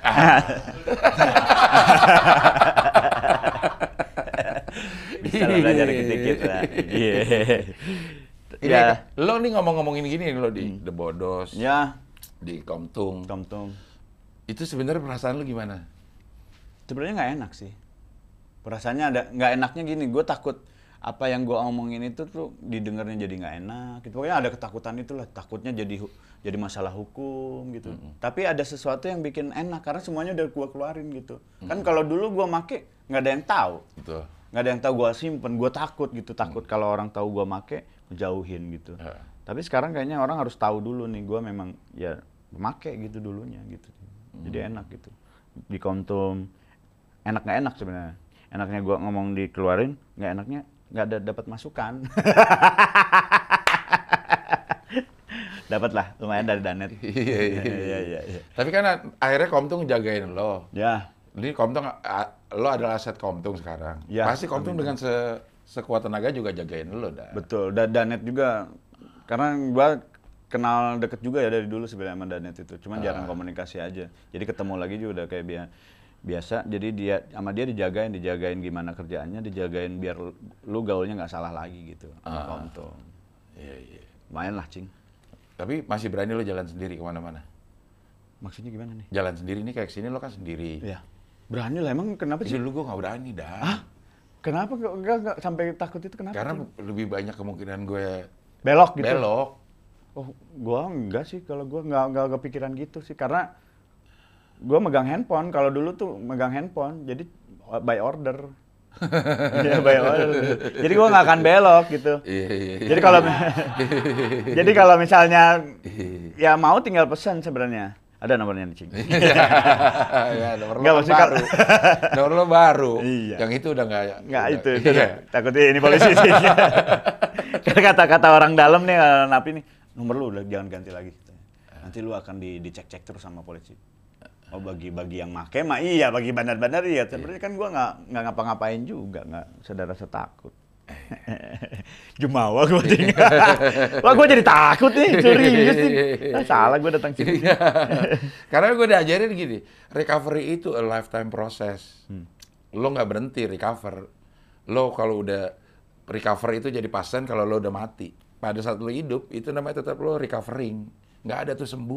Bisa lah belajar dikit-dikit lah. Iya. Ini lo nih ngomong-ngomongin gini lo di The Bodos, ya. Di Komtung. Itu sebenarnya perasaan lo gimana? Sebenarnya nggak enak sih. Perasaannya ada nggak enaknya gini. Gue takut apa yang gue omongin itu tuh didengarnya jadi nggak enak. Gitu. Pokoknya ada ketakutan itulah. Takutnya jadi masalah hukum gitu. Tapi ada sesuatu yang bikin enak karena semuanya udah gue keluarin gitu. Kan kalau dulu gue make nggak ada yang tahu. Betul. Nggak ada yang tahu gue simpen. Gue takut gitu. Takut kalau orang tahu gue make ngejauhin gitu. Tapi sekarang kayaknya orang harus tahu dulu nih. Gue memang ya make gitu dulunya gitu. Jadi enak gitu. Di Komtung enak nggak enak sebenarnya. Enaknya gue ngomong dikeluarin, nggak enaknya nggak ada dapat masukan. Dapat lah, lumayan dari Danet. Iya. Tapi kan akhirnya Komtung jagain lo. Ya. Jadi Komtung, lo adalah aset Komtung sekarang. Ya, pasti Komtung dengan sekuat tenaga juga jagain lo dah. Betul, dan Danet juga. Karena gue kenal deket juga ya dari dulu sebenarnya sama Danet itu. Cuman jarang komunikasi aja. Jadi ketemu lagi juga udah kayak biasa. Jadi dia sama dia dijagain gimana kerjaannya, dijagain biar lu gaulnya nggak salah lagi gitu. Komtung. Iya. Lumayan lah, Cing. Tapi masih berani lo jalan sendiri kemana-mana? Maksudnya gimana nih? Jalan sendiri nih kayak kesini lo kan sendiri. Iya. Berani lah, emang kenapa sih? Dulu gue nggak berani dah. Kenapa nggak sampai takut itu kenapa? Karena lebih banyak kemungkinan gue belok gitu. Belok. Oh, gua enggak sih, kalau gua nggak kepikiran gitu sih, karena gua megang handphone. Kalau dulu tuh megang handphone, jadi by order. Iya, banyak order. Jadi gua nggak akan belok gitu. Jadi kalau misalnya ya mau tinggal pesan sebenarnya. Ada nomornya nih, Cing. Ya, nomor Nggak, lo maksudnya baru. Nomor lo baru. Iya. Yang itu udah nggak. Nggak itu. Iya. Takutnya ini polisi sih. Karena kata-kata orang dalam nih, napi nih, nomor lu udah jangan ganti lagi. Nanti lu akan dicek-cek terus sama polisi. Oh, bagi yang make mah iya, bagi bandar-bandar iya. Sebenarnya kan gua nggak ngapa-ngapain juga, nggak saudara takut. Jumawa gua tinggal. Wah, gua jadi takut nih, serius nih. Salah gua datang sini. Karena gue udah ajarin gini, recovery itu a lifetime process. Lo nggak berhenti recover. Lo kalau udah recover itu jadi pasien kalau lo udah mati. Pada saat lo hidup, itu namanya tetap lo recovering. Nggak ada tuh sembuh.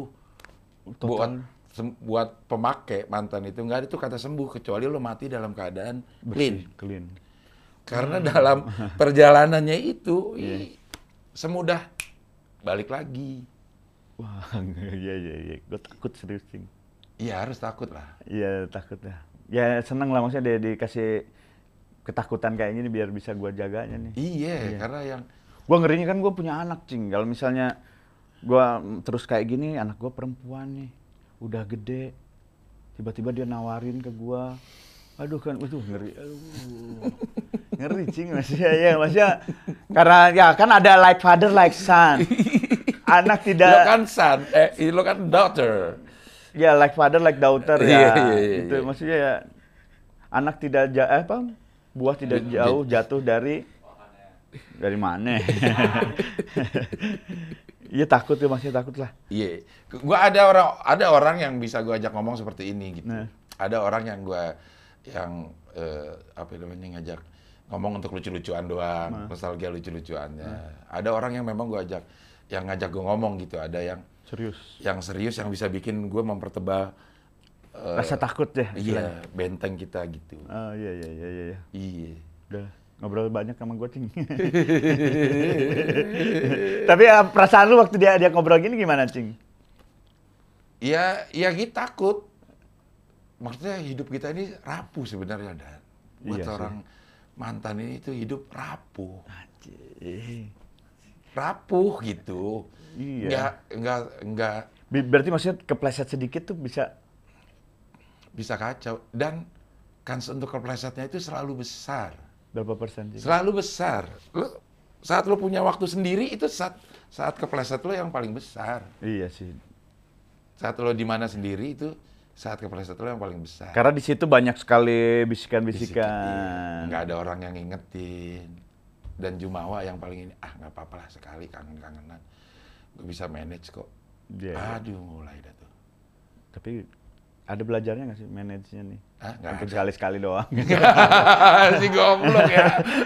Buat pemakai mantan itu nggak ada tuh kata sembuh kecuali lo mati dalam keadaan clean. Karena dalam perjalanannya itu semudah balik lagi. Wah, iya. Gue takut serius, Cing. Iya, harus takut lah. Iya, takut lah. Ya seneng lah maksudnya dia dikasih ketakutan kayak gini biar bisa gua jaganya nih. Iya, karena yang gua ngerinya kan gua punya anak, Cing. Kalau misalnya gua terus kayak gini, anak gua perempuan nih, udah gede. Tiba-tiba dia nawarin ke gua. Aduh ngeri. Ngeri, Cing, maksudnya karena ya kan ada like father like son. Anak tidak lo kan son, lo kan daughter. Ya like father like daughter ya. Iya. Itu maksudnya ya anak tidak buah tidak jauh jatuh dari mana? Iya takut ya, masih takut lah. Iya. Gua ada orang yang bisa gua ajak ngomong seperti ini gitu. Ada orang yang apa namanya ngajak ngomong untuk lucu-lucuan doang, nostalgia lucu-lucuannya. Ada orang yang memang gua ngajak gua ngomong gitu. Ada yang serius yang bisa bikin gua mempertebal rasa takut deh. Iya, benteng kita gitu. Oh iya. Iya. Udah ngobrol banyak sama gue, Cing. Tapi perasaan lu waktu dia ngobrol gini gimana, Cing? Ya kita takut. Maksudnya hidup kita ini rapuh sebenarnya, Dan. Buat orang mantan ini itu hidup rapuh. Rapuh gitu. Iya. Enggak. Berarti maksudnya kepleset sedikit tuh bisa kacau. Dan kans untuk keplesetnya itu selalu besar. Berapa persen? Selalu besar. Saat lo punya waktu sendiri itu saat kepleset lo yang paling besar. Iya sih. Saat lo di mana sendiri itu saat kepleset lo yang paling besar. Karena di situ banyak sekali bisikan-bisikan. Nggak ada orang yang ngingetin. Dan Jumawa yang paling ini, nggak apa-apa lah sekali kangen-kangenan. Gue bisa manage kok. Aduh, mulai dah tuh. Tapi ada belajarnya nggak sih manage-nya nih? Nggak sekali-sekali doang. Si goblok ya.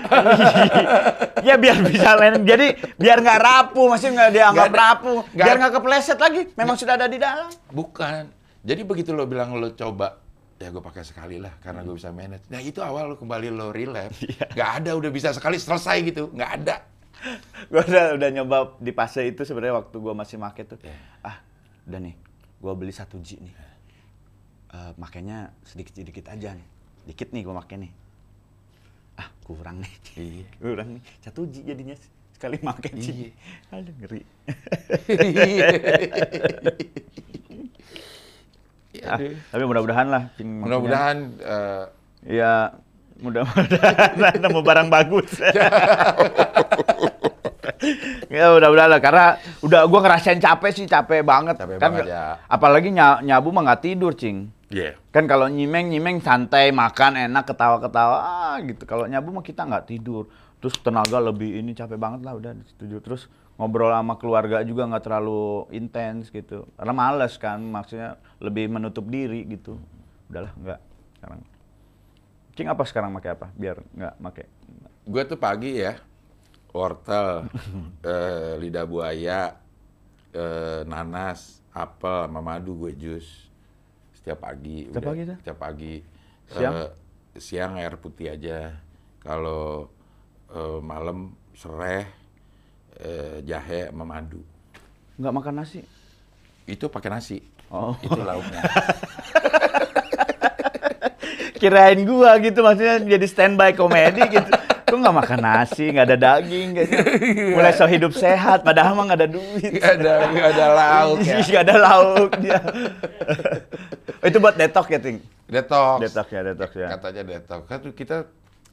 Ya biar bisa manage. Jadi biar nggak rapuh, maksudnya nggak dianggap rapuh. Biar nggak kepleset lagi, memang sudah ada di dalam. Bukan. Jadi begitu lo bilang lo coba, ya gue pakai sekali lah karena gue bisa manage. Nah itu awal lo kembali lo relapse. Nggak ada udah bisa sekali selesai gitu, nggak ada. Gue udah nyoba di fase itu sebenarnya waktu gue masih make tuh. Udah nih, gue beli 1G nih. Makanya sedikit-sedikit aja nih. Dikit nih gue make nih. Kurang nih. Kurang nih. 1G jadinya sekali make sih. Aduh ngeri. Tapi mudah-mudahan lah. Mudah-mudahan. Ya mudah-mudahan nemu barang bagus. Ya mudah-mudahan lah, karena gue ngerasain capek banget. Capek kan banget ya. Apalagi nyabu mah nggak tidur, Cing. Iya. Kan kalau nyimeng santai, makan enak, ketawa-ketawa gitu. Kalau nyabu mah kita nggak tidur. Terus tenaga lebih ini capek banget lah, udah setuju. Terus ngobrol sama keluarga juga nggak terlalu intens gitu. Karena males kan, maksudnya lebih menutup diri gitu. Udahlah, nggak sekarang. Cing apa sekarang pakai apa? Biar nggak pakai. Gue tuh pagi ya, wortel, lidah buaya, nanas, apel, sama madu gue jus. Setiap pagi. Setiap pagi. Siang air putih aja. Kalau malam sereh, jahe sama madu. Nggak makan nasi? Itu pakai nasi. Oh. Itu lauknya. kirain gua gitu, maksudnya jadi standby komedi gitu. Gua nggak makan nasi, nggak ada daging kayaknya. Mulai so hidup sehat, padahal mah nggak ada duit. Nggak ada lauk ya. Nggak ada lauk dia. Itu buat detox ya, Ting? Detox. Detox ya. Katanya detox. Kan kita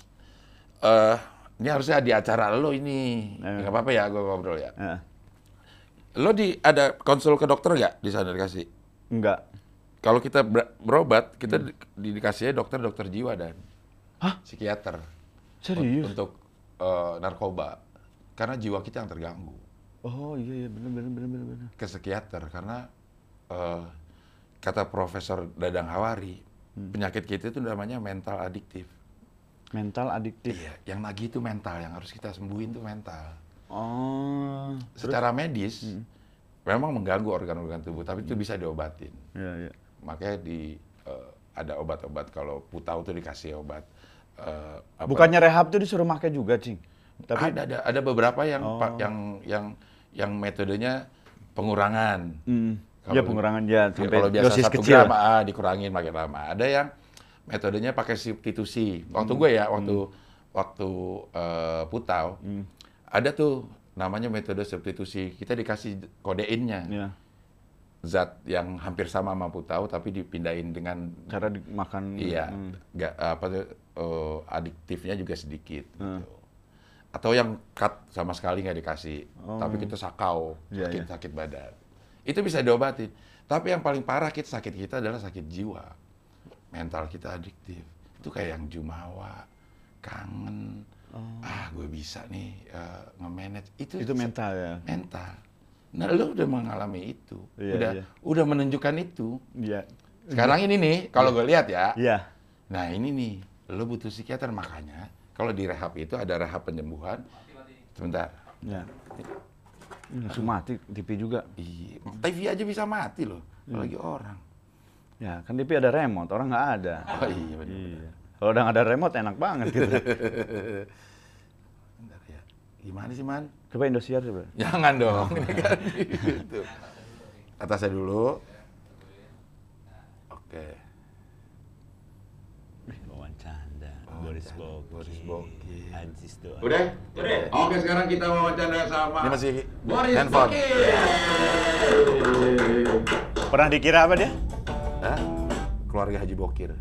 ini harusnya di acara lo ini. Nggak apa-apa ya gua ngobrol ya. Lo ada konsul ke dokter nggak di sana dikasih? Enggak. Kalau kita berobat, kita dikasihnya dokter jiwa dan psikiater. Serius? Untuk narkoba. Karena jiwa kita yang terganggu. Oh iya benar. Ke psikiater karena kata Profesor Dadang Hawari, penyakit kita itu namanya mental adiktif. Mental adiktif. Iya, yang nagih itu mental, yang harus kita sembuhin itu mental. Oh. Secara medis memang mengganggu organ-organ tubuh, tapi itu bisa diobatin. Iya. Makanya ada obat-obat, kalau Putau tuh dikasih obat. Bukannya rehab tuh disuruh pakai juga, Cing? Tapi ada beberapa yang metodenya pengurangan. Ya pengurangan ya sampai kalau biasa dosis 1 kecil. gram dikurangin makin lama. Ada yang metodenya pakai substitusi. Waktu gue ya, waktu Putau, ada tuh namanya metode substitusi. Kita dikasih kodeinnya. Ya. Zat yang hampir sama Putau tapi dipindahin dengan Cara dimakan. iya, adiktifnya juga sedikit gitu. Atau yang cut sama sekali nggak dikasih, tapi kita sakau, sakit badan. Itu bisa diobatin. Tapi yang paling parah sakit kita adalah sakit jiwa. Mental kita adiktif. Itu kayak yang jumawa, kangen. Gue bisa nih nge-manage. Itu mental ya? Mental. Nah, lo udah mengalami itu, Iya. udah menunjukkan itu. Iya. Sekarang ini nih, kalau gue lihat ya, Iya. nah ini nih, lo butuh psikiater. Makanya kalau di rehab itu ada rehab penyembuhan. Sebentar. Ya. Langsung mati TV juga. Iya, TV aja bisa mati loh, apalagi orang. Ya, kan TV ada remote, orang nggak ada. Oh iya benar. Iya. Kalau udah nggak ada remote enak banget gitu. Bentar ya, gimana sih Man? Coba Indosiar coba. Jangan dong, ini kan gitu. Atasnya dulu. Oke. Wawancara. Boris Bokir. Aziz doang. Udah? Oke, sekarang kita wawancara sama. Ini masih Boris handphone. Bokir. Pernah dikira apa dia? Hah? Keluarga Haji Bokir.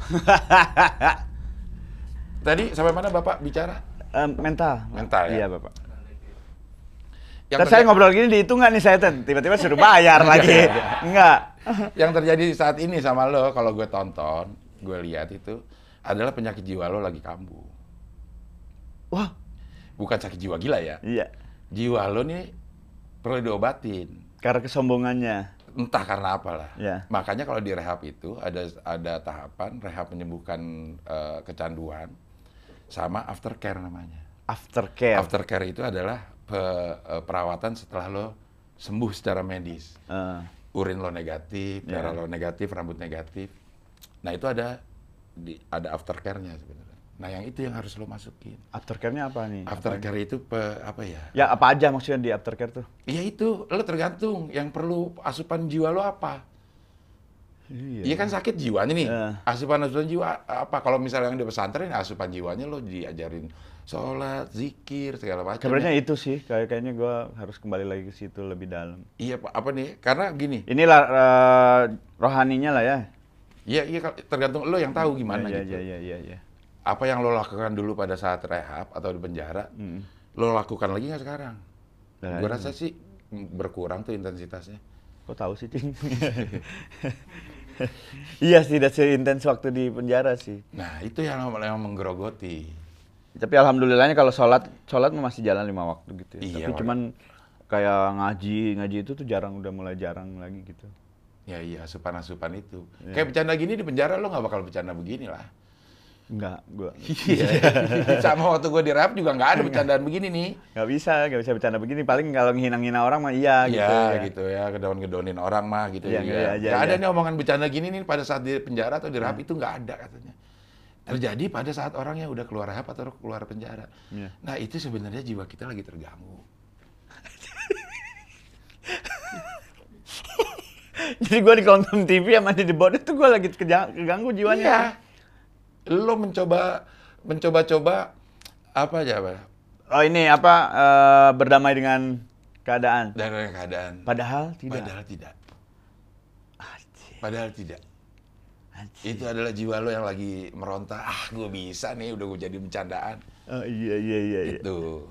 Tadi sampai mana Bapak bicara? Mental. Mental ya? Iya, Bapak. Yang Saya ngobrol gini dihitung nggak nih saya tiba-tiba suruh bayar lagi. Enggak. Yang terjadi saat ini sama lo, kalau gue tonton, gue lihat itu adalah penyakit jiwa lo lagi kambuh. Wah. Bukan sakit jiwa gila ya. Iya. Jiwa lo nih perlu diobatin. Karena kesombongannya. Entah karena apalah. Ya. Makanya kalau di rehab itu ada tahapan rehab menyembuhkan kecanduan sama aftercare namanya. Aftercare. Aftercare itu adalah perawatan setelah lo sembuh secara medis. Urin lo negatif, darah lo negatif, rambut negatif. Nah itu ada aftercare-nya sebenarnya. Nah yang itu yang harus lo masukin. Aftercare-nya apa nih? Aftercare itu apa ya? Ya apa aja maksudnya di aftercare tuh? Iya itu, lo tergantung yang perlu asupan jiwa lo apa. Iya kan sakit jiwanya nih. Asupan jiwa apa? Kalau misalnya yang di pesantren asupan jiwanya lo diajarin sholat, zikir, segala macam. Sebenarnya itu sih, kayaknya gue harus kembali lagi ke situ lebih dalam. Iya Pak, apa nih? Karena gini. Inilah rohaninya lah ya. Iya tergantung lo yang tahu gimana gitu. Iya. Apa yang lo lakukan dulu pada saat rehab atau di penjara, lo lakukan lagi nggak sekarang? Gue rasa sih berkurang tuh intensitasnya. Kok tahu sih, Cing? Iya sih, tidak seintens waktu di penjara sih. Nah itu yang menggerogoti. Tapi alhamdulillahnya kalau sholat masih jalan 5 waktu gitu ya. Iya, tapi cuman kayak ngaji itu tuh udah mulai jarang lagi gitu. Ya iya, asupan-asupan itu. Kayak bercanda gini di penjara lo nggak bakal bercanda begini lah. Enggak, gua. Iya. Sama waktu gue di rehab juga nggak ada bercandaan begini nih. Nggak bisa bercanda begini. Paling kalau ngehina-ngina orang mah iya gitu. Iya gitu ya, kedonin orang mah gitu. Iya, ya. iya, Nggak ada iya. nih omongan bercanda gini nih pada saat di penjara atau di rehab itu nggak ada katanya. Terjadi pada saat orangnya udah keluar rehab atau keluar penjara. Iya. Nah itu sebenarnya jiwa kita lagi terganggu. Jadi gue di nonton TV sama di bawah itu gue lagi keganggu jiwanya. Iya. Lo mencoba-coba apa aja, Pak? Oh ini apa, berdamai dengan keadaan? Dengan keadaan. Padahal tidak. Padahal tidak. Itu adalah jiwa lo yang lagi meronta, gue bisa nih, udah gue jadi bercandaan. Oh iya. Itu.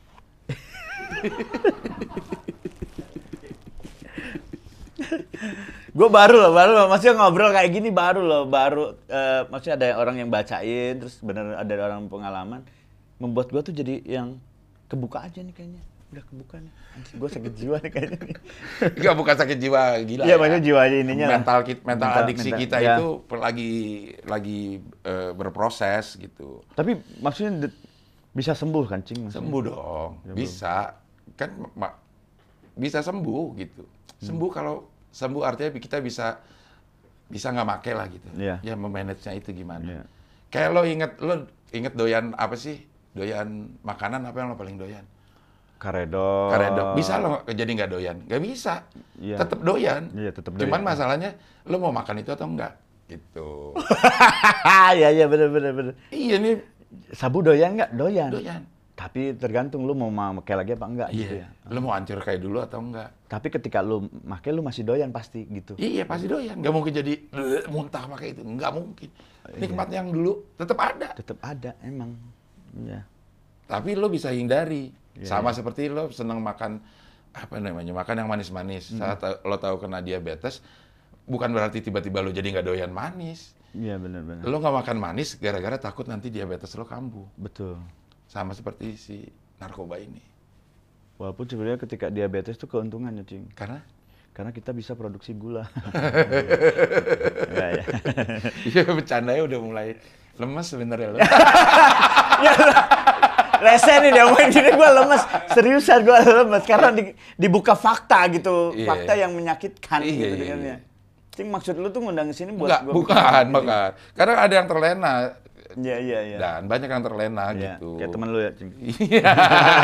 Gue baru loh, maksudnya ngobrol kayak gini baru, maksudnya ada orang yang bacain, terus bener ada orang pengalaman, membuat gue tuh jadi yang kebuka aja nih kayaknya, udah kebuka nih, gue sakit jiwa nih kayaknya nih. Enggak, bukan sakit jiwa, gila. Iya, maksudnya jiwa aja ininya. Mental adiksi kita ya. itu lagi berproses gitu. Tapi maksudnya bisa sembuh kan, Cing? Maksudnya? Sembuh dong, bisa. Kan bisa sembuh gitu. Sembuh kalau sembuh artinya kita bisa nggak make lah gitu. Yeah. Ya memanage-nya itu gimana. Yeah. Kayak lo inget doyan apa sih? Doyan makanan apa yang lo paling doyan? Karedok. Bisa lo jadi nggak doyan? Nggak bisa. Yeah. Tetap doyan. Iya, tetap doyan. Cuman masalahnya lo mau makan itu atau enggak? Gitu. Iya, bener. Iya nih. Sabu doyan nggak? Doyan. Tapi tergantung lu mau pakai lagi apa enggak gitu ya. Lo mau hancur kayak dulu atau enggak? Tapi ketika lu pakai lu masih doyan pasti gitu. Iya, pasti doyan. Nggak mungkin jadi muntah pakai itu. Nggak mungkin. Nikmatnya yang dulu tetap ada. Tetap ada emang. Iya. Tapi lo bisa hindari. Iya, Sama iya. seperti lo senang makan apa namanya? Makan yang manis-manis. Saat lo tahu kena diabetes, bukan berarti tiba-tiba lo jadi nggak doyan manis. Iya, benar. Lo nggak makan manis gara-gara takut nanti diabetes lo kambuh. Betul. Sama seperti si narkoba ini. Walaupun sebenarnya ketika diabetes itu keuntungannya, Cing. Karena kita bisa produksi gula. Enggak ya. iya, bercandanya udah mulai lemes sebenarnya lo. Ya, rese nih dia ngomongin gini, gue lemes. Seriusan gue lemes karena dibuka fakta gitu. Iya. Fakta yang menyakitkan Iya, gitu iya, dengannya. iya. Cing, maksud lu tuh ngundang ke sini buat Enggak, bukan. Karena ada yang terlena. Iya. Dan banyak yang terlena Iya, gitu. kayak temen lu ya, Cing. Iya.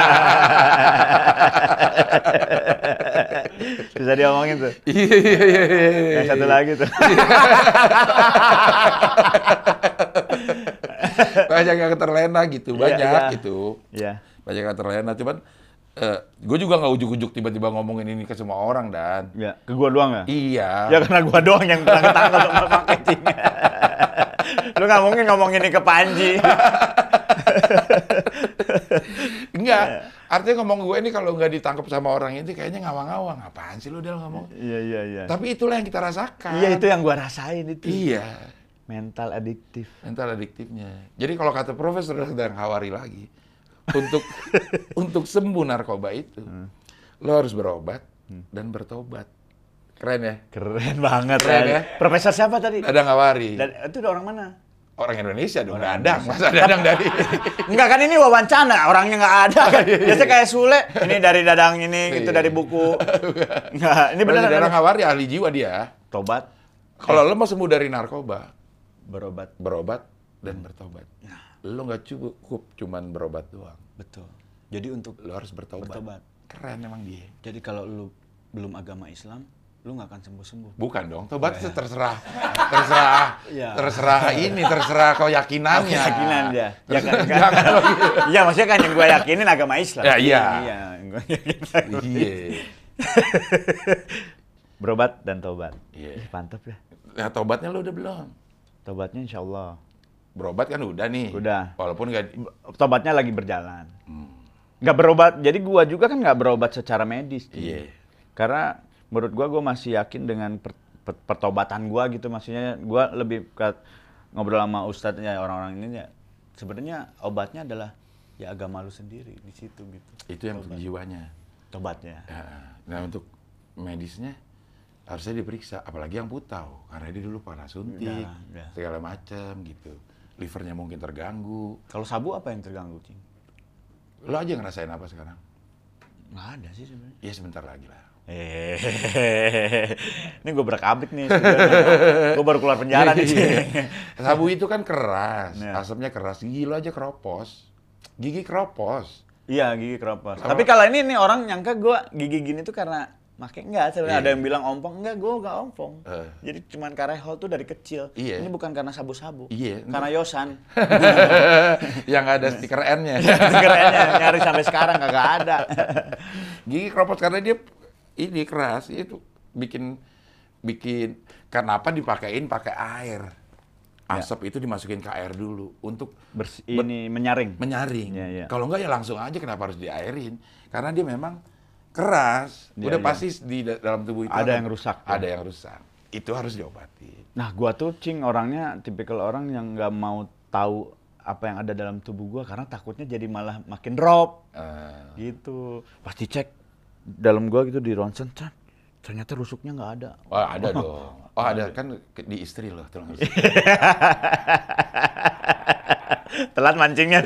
Bisa diomongin tuh. Iya. Yang satu lagi tuh. Banyak yang terlena gitu, banyak gitu. Iya. Banyak yang terlena, cuman gue juga nggak ujuk-ujuk tiba-tiba ngomongin ini ke semua orang, Dan. Iya, ke gua doang ya? Iya. Ya karena gua doang yang pernah ketangkep sama packaging. Lu nggak mungkin ngomong ini ke Panji. Enggak. Artinya ngomong gue ini kalau nggak ditangkap sama orang ini kayaknya ngawang-ngawang. Apaan sih lu Del ngomong? Iya. Tapi itulah yang kita rasakan. Iya, itu yang gua rasain itu. Iya. Mental adiktif. Mental adiktifnya. Jadi kalau kata Profesor sedang Hawari lagi, untuk sembuh narkoba itu, lo harus berobat dan bertobat. Keren ya? Keren banget. Keren ya? Profesor siapa tadi? Dadang Hawari. Dan itu orang mana? Orang Indonesia dong, Orang Dadang. Indonesia. Masa Dadang dari... Enggak kan ini wawancara, orangnya nggak ada kan. Biasanya kayak Sule, ini dari Dadang ini, itu Iya. dari buku. Enggak, ini beneran. Dadang Hawari ahli jiwa dia. Tobat, Kalau lo mau sembuh dari narkoba, berobat. dan bertobat. Lo nggak cukup cuman berobat doang. Betul. Jadi untuk Lo harus bertobat. Keren emang dia. Jadi kalau lu belum agama Islam, lu nggak akan sembuh-sembuh. Bukan dong, tobat itu terserah Iya. terserah keyakinannya. Keyakinan dia. Ya kan? Jangan lo gitu. Iya, maksudnya kan yang gue yakinin agama Islam. Ya, iya. Iya, yang gue yakinin. Iya. Berobat dan tobat. Iya. Ih, mantap ya. Nah, tobatnya lo udah belum? Tobatnya insya Allah. Berobat kan udah nih. Udah. Walaupun nggak... Tobatnya lagi berjalan. Nggak berobat, jadi gua juga kan nggak berobat secara medis. Iya. Karena menurut gua masih yakin dengan pertobatan gua gitu. Maksudnya gua lebih ngobrol sama ustadz ya, orang-orang ini ya. Sebenarnya obatnya adalah ya agama lu sendiri di situ gitu. Itu yang untuk jiwanya. Tobatnya. Nah, untuk medisnya harusnya diperiksa, apalagi yang putau, karena dia dulu pernah suntik, Ya. segala macam gitu. Livernya mungkin terganggu. Kalau sabu apa yang terganggu, Cing? Lo aja ngerasain apa sekarang? Nggak ada sih sebenarnya. Ya sebentar lagi lah. Ini gue berakabrik nih. Gue baru keluar penjara nih. Sabu itu kan keras, Ya. asamnya keras. Gigi lo aja keropos. Gigi keropos. Iya, gigi keropos. Tapi kalau ini orang nyangka gue gigi gini tuh karena Make enggak, sebenarnya Iya. ada yang bilang ompong, enggak, gue enggak ompong. Jadi cuman karehol tuh dari kecil. Iya. Ini bukan karena sabu-sabu. Iya. Karena Yosan. Yang ada stiker N-nya. Kerennya nyari sampai sekarang kagak ada. Gigi keropos karena dia ini keras, itu bikin kenapa dipakein pakai air. Asap itu dimasukin ke air dulu untuk Ini menyaring. menyaring. Iya, iya. Kalau enggak ya langsung aja, kenapa harus diairin? Karena dia memang keras. Iya, Udah iya. pasti di dalam tubuh itu Ada yang rusak, ya? Ada yang rusak. Itu harus diobati. Nah, gua tuh Cing orangnya tipikal orang yang nggak mau tahu apa yang ada dalam tubuh gua karena takutnya jadi malah makin drop. Gitu. Pasti cek dalam gua gitu di ronsen, ternyata rusuknya nggak ada. Oh, ada dong. Oh, ada kan di istri loh, tolong istri. Telat mancingnya.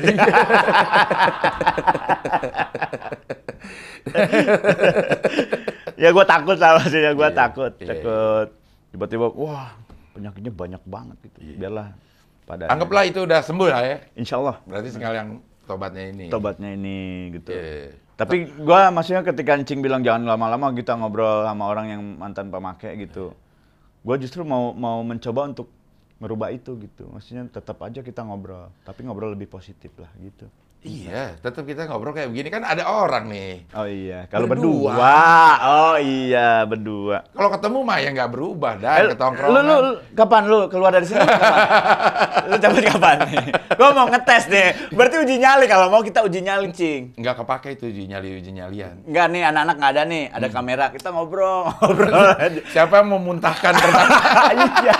Ya gua takut lah maksudnya, gua Iya, takut. iya, Takut tiba-tiba wah, penyakitnya banyak banget gitu. Biarlah pada Anggaplah itu udah sembuh lah ya. insya Allah Berarti tinggal yang tobatnya ini. tobatnya ini gitu. Iya. Tapi gua maksudnya ketika Encing bilang jangan lama-lama kita ngobrol sama orang yang mantan pemakai gitu. Gua justru mau mencoba untuk merubah itu gitu. Maksudnya tetap aja kita ngobrol, tapi ngobrol lebih positif lah gitu. Iya, tetap kita ngobrol kayak begini kan ada orang nih. Oh iya, kalau Berdua. berdua. Oh iya, berdua. Kalau ketemu mah ya nggak berubah dah, ketongkrongan. Lu kapan lu keluar dari sini? Kapan? Lu cabut kapan nih? Gua mau ngetes deh. Berarti uji nyali, kalau mau kita uji nyali, Cing. Nggak kepake itu uji nyalian. Enggak nih, anak-anak nggak ada nih, ada kamera, kita ngobrol aja. Siapa yang memuntahkan pertama? Iya.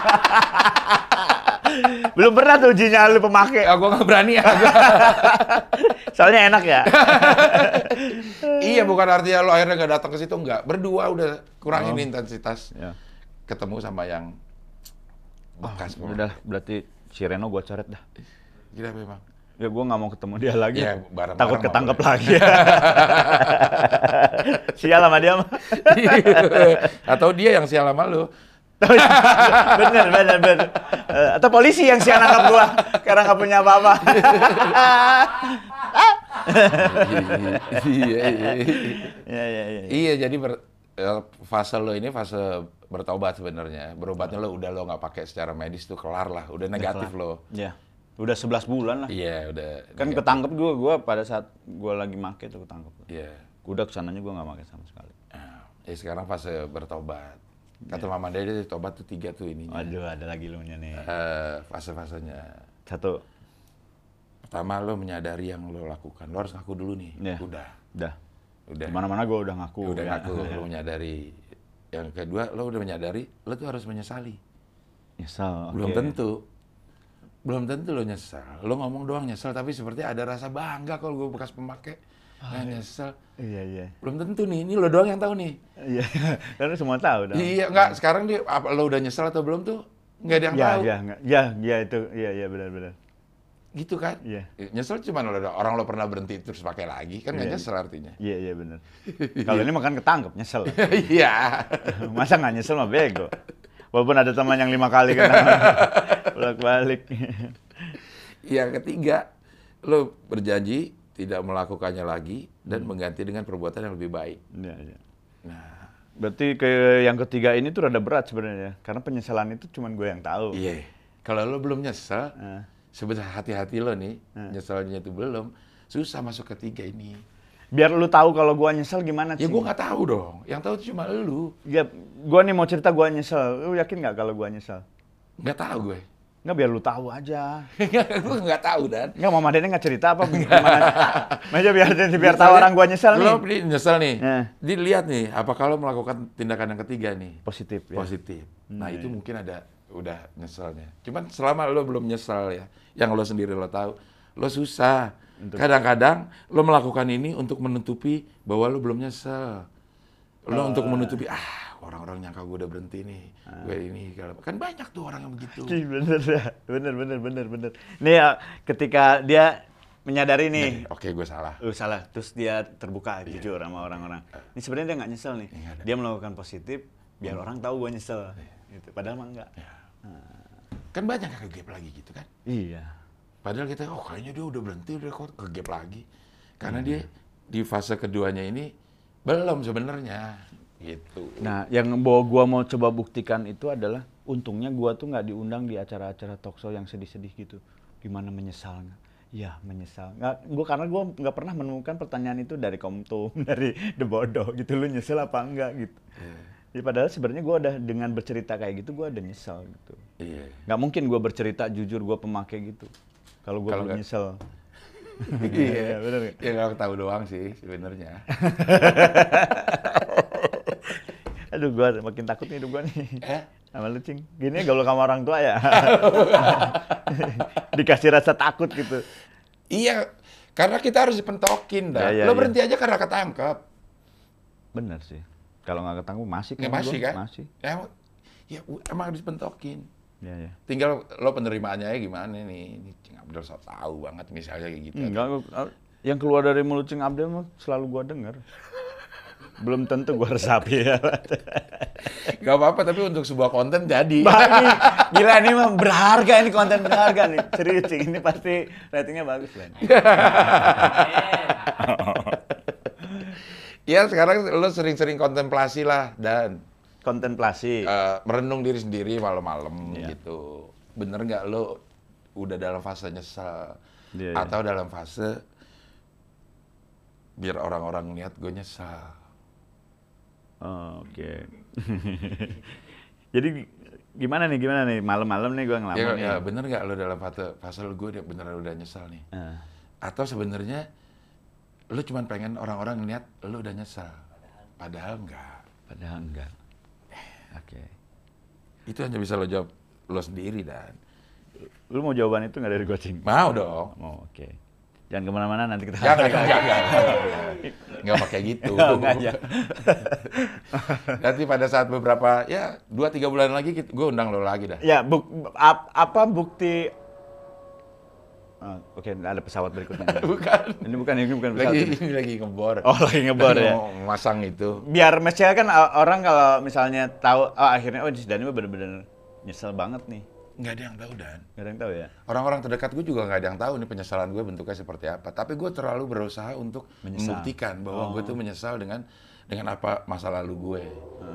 Belum pernah tuh uji nyali pemakai. Gua nggak berani ya. Soalnya enak ya. Iya, bukan artinya lo akhirnya nggak datang ke situ, nggak. Berdua udah kurangin intensitas. Ya. Ketemu sama yang bekas. Udah, berarti si Reno gua coret dah. Gila memang. Ya gua nggak mau ketemu dia lagi. Ya, bareng-bareng Takut mah ketangkep boleh. lagi. Sial sama dia mah. Atau dia yang sial sama lo. bener. Atau polisi yang sial nangkap gua karena nggak punya apa-apa. Iya. Iya, jadi fase lo ini fase bertobat sebenarnya. Berobatnya lo udah lo nggak pakai secara medis tuh kelar lah, udah negatif lo. Iya. Udah 11 bulan lah. Iya, udah. Kan negatif. ketangkep gua pada saat gua lagi make tuh ketangkep. Iya. Udah kesananya gua nggak make sama sekali. Nah, ya sekarang fase bertobat. Kata Mama Dede tobat tuh 3 tuh ininya. Aduh, ada lagi lu nya nih. Fase-fasenya. Satu. Pertama lo menyadari yang lo lakukan. Lo harus ngaku dulu nih. Iya. Udah. Di mana-mana gua udah ngaku. Udah ya. ngaku, lo menyadari. Yang kedua, lo udah menyadari, lo tuh harus menyesali. Nyesal. Belum oke. tentu. Belum tentu lo nyesal. Lo ngomong doang nyesal, tapi seperti ada rasa bangga kalau gue bekas pemakai. Nah, nyesel. Iya. Belum tentu nih, ini lo doang yang tahu nih. Iya. Karena semua tahu dong. Iya, enggak. Sekarang dia, apa lo udah nyesel atau belum tuh, nggak ada yang tahu. Iya itu. Iya benar. Gitu kan? Iya. Nyesel cuma orang lo pernah berhenti terus pakai lagi, kan nggak Iya. nyesel artinya. Iya benar. Kalau ini makan ketangkep nyesel. Iya. Masa nggak nyesel mah bego. Walaupun ada teman yang 5 kali kan bolak-balik. Yang ketiga, lo berjanji tidak melakukannya lagi dan mengganti dengan perbuatan yang lebih baik. Iya. Nah, Berarti yang ketiga ini tuh rada berat sebenarnya. Karena penyesalan itu cuma gue yang tahu. iya. Kalau lo belum nyesel, Nah, sebesar hati-hati lo nih, nyeselnya itu belum, susah masuk ketiga ini. biar lu tahu kalau gue nyesel gimana Ya sih? gue nggak tahu dong, yang tahu cuma lu. Ya, gue nih mau cerita gue nyesel. Lu yakin nggak kalau gue nyesel? Nggak tahu gue. Nggak, biar lu tahu aja. Gue nggak tahu, Dan. Nggak, Mama Dede nggak cerita apa gimana? Maksudnya biar tahu orang gue nyesel nih. Lo nyesel nih, Nah. dilihat nih, apa kalau melakukan tindakan yang ketiga nih, Positif ya. positif. Nah itu mungkin udah nyeselnya. Cuman selama lo belum nyesel ya, yang lo sendiri lo tahu, lo susah. Kadang-kadang lo melakukan ini untuk menutupi bahwa lo belum nyesel. Lo untuk menutupi, orang-orang nyangka gue udah berhenti nih, gue ini. Kan banyak tuh orang yang begitu. Bener. Nih ya, ketika dia menyadari nih, Oke, gue salah. salah, terus dia terbuka, jujur sama orang-orang. Ini sebenarnya dia nggak nyesel nih. Dia melakukan positif, biar orang tahu gue nyesel. Gitu. Padahal mah enggak. Kan banyak yang ke-gap lagi gitu kan. Iya. Padahal kita, kayaknya dia udah berhenti, udah kok ke-gap lagi. Karena dia di fase keduanya ini belum sebenarnya. gitu. Nah, yang gua mau coba buktikan itu adalah untungnya gua tuh nggak diundang di acara-acara talkshow yang sedih-sedih gitu. Gimana menyesal nggak? Ya menyesal. Karena gua nggak pernah menemukan pertanyaan itu dari Komtum, dari The Bodoh gitu. Lu nyesel apa enggak gitu. Ya, padahal sebenarnya gua udah dengan bercerita kayak gitu gua udah nyesel gitu. Iya. Nggak mungkin gua bercerita jujur gua pemakai gitu. Kalau gua belum nyesel. Iya, benar nggak? Ya nggak tahu doang sih sebenarnya. Aduh, gua makin takut nih hidup gua nih. Sama lu, Cing. Gini gaul sama orang tua ya. Dikasih rasa takut gitu. Iya, karena kita harus dipentokin dah. Ya, Lo berhenti aja karena ketangkep. Bener sih. Kalau nggak ketangkep masih kan? Masih kan? Masih. Emang harus dipentokin. Ya. Tinggal lo penerimaannya gimana nih. Ini Cing Abdel so tahu banget misalnya kayak gitu. Enggak, yang keluar dari mulut Cing Abdel mah selalu gua denger. Belum tentu gua resapi ya. Gak apa-apa, tapi untuk sebuah konten jadi. Gila, ini mah berharga, ini konten berharga nih. Serius, Cing. Ini pasti ratingnya bagus lah. Ya sekarang lo sering-sering kontemplasi lah dan kontemplasi. Merenung diri sendiri malam-malam gitu. Bener nggak lo udah dalam fase nyesal atau dalam fase biar orang-orang lihat gue nyesal. Oke. Jadi gimana nih malam-malam nih gue ngelamun nih. Ya bener nggak lo dalam fase gue beneran udah nyesal nih? Atau sebenarnya lo cuma pengen orang-orang ngeliat lo udah nyesal, padahal enggak. Oke. Itu hanya bisa lo jawab lo sendiri dan. Lu mau jawaban itu nggak dari gue, Cing? Mau dong. Mau, oke. Jangan kemana-mana, nanti kita... Jangan. Nggak pakai gitu. Nggak. Nanti pada saat beberapa, 2-3 bulan lagi gue undang lo lagi dah. Ya, apa bukti... Oke, ada pesawat berikutnya. Bukan. Ini bukan pesawat. Ini lagi ngebor. Oh, lagi ngebor ya? Mau masang itu. Biar mestinya kan orang kalau misalnya tahu, akhirnya, si Dani bener-bener nyesel banget nih. Nggak ada yang tahu, Dan. Nggak ada yang tahu ya? Orang-orang terdekat gue juga nggak ada yang tahu nih penyesalan gue bentuknya seperti apa. Tapi gue terlalu berusaha untuk membuktikan bahwa gue tuh menyesal dengan apa masa lalu gue.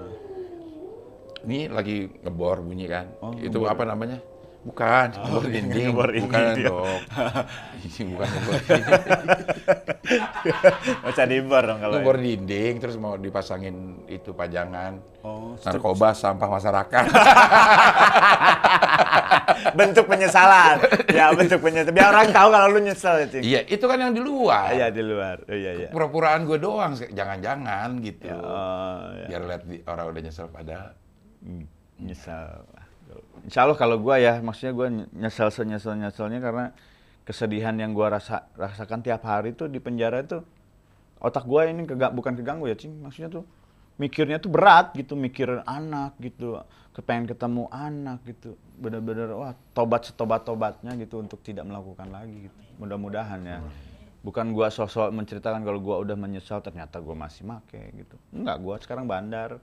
Ini lagi ngebor bunyi kan. Itu ngebor. Apa namanya? Bukan, ngebor dinding. Bukan dong. Ini bukan ngebor dinding. Masa dibor dong kalau ngebor dinding, terus mau dipasangin itu pajangan. Narkoba, sampah masyarakat. Bentuk penyesalan. Ya, bentuk penyesalan. Biar orang tahu kalau lu nyesel, Cing. Iya, itu kan yang di luar. Iya, di luar. Oh, iya. Pura-puraan gue doang, jangan-jangan gitu. Ya. Biar lihat orang udah nyesel padahal. Nyesel. Insya Allah kalau gue ya, maksudnya gue nyesel senyesel-nyeselnya karena kesedihan yang gue rasakan tiap hari tuh di penjara itu, otak gue ini bukan keganggu ya, Cing. Maksudnya tuh mikirnya tuh berat gitu, mikir anak gitu, kepengen ketemu anak gitu, bener-bener wah setobat-tobatnya gitu untuk tidak melakukan lagi gitu. Mudah-mudahan ya. Bukan gua sosok menceritakan kalau gua udah menyesal ternyata gua masih make gitu. Enggak, gua sekarang bandar.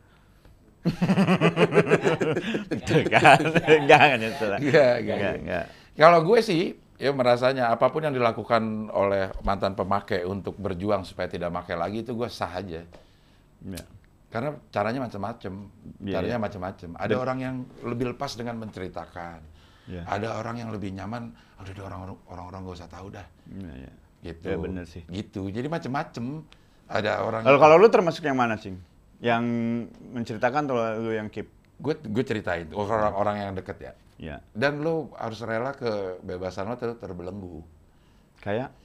Gitu kan? Enggak nyesel. Enggak. Kalau gue sih ya merasanya apapun yang dilakukan oleh mantan pemakai untuk berjuang supaya tidak pakai lagi itu gue sah aja. Ya. Karena caranya macam-macam, macam-macam. Ada orang yang lebih lepas dengan menceritakan, ada orang yang lebih nyaman. Udah orang-orang gak usah tahu dah. Gitu. Ya bener sih. Gitu. Jadi macam-macam. Ada orang. Kalau lu termasuk yang mana, Cing? Yang menceritakan atau lu yang keep? Gue ceritain orang-orang yang deket ya. Iya. Dan lu harus rela kebebasan lo terbelenggu. Kayak?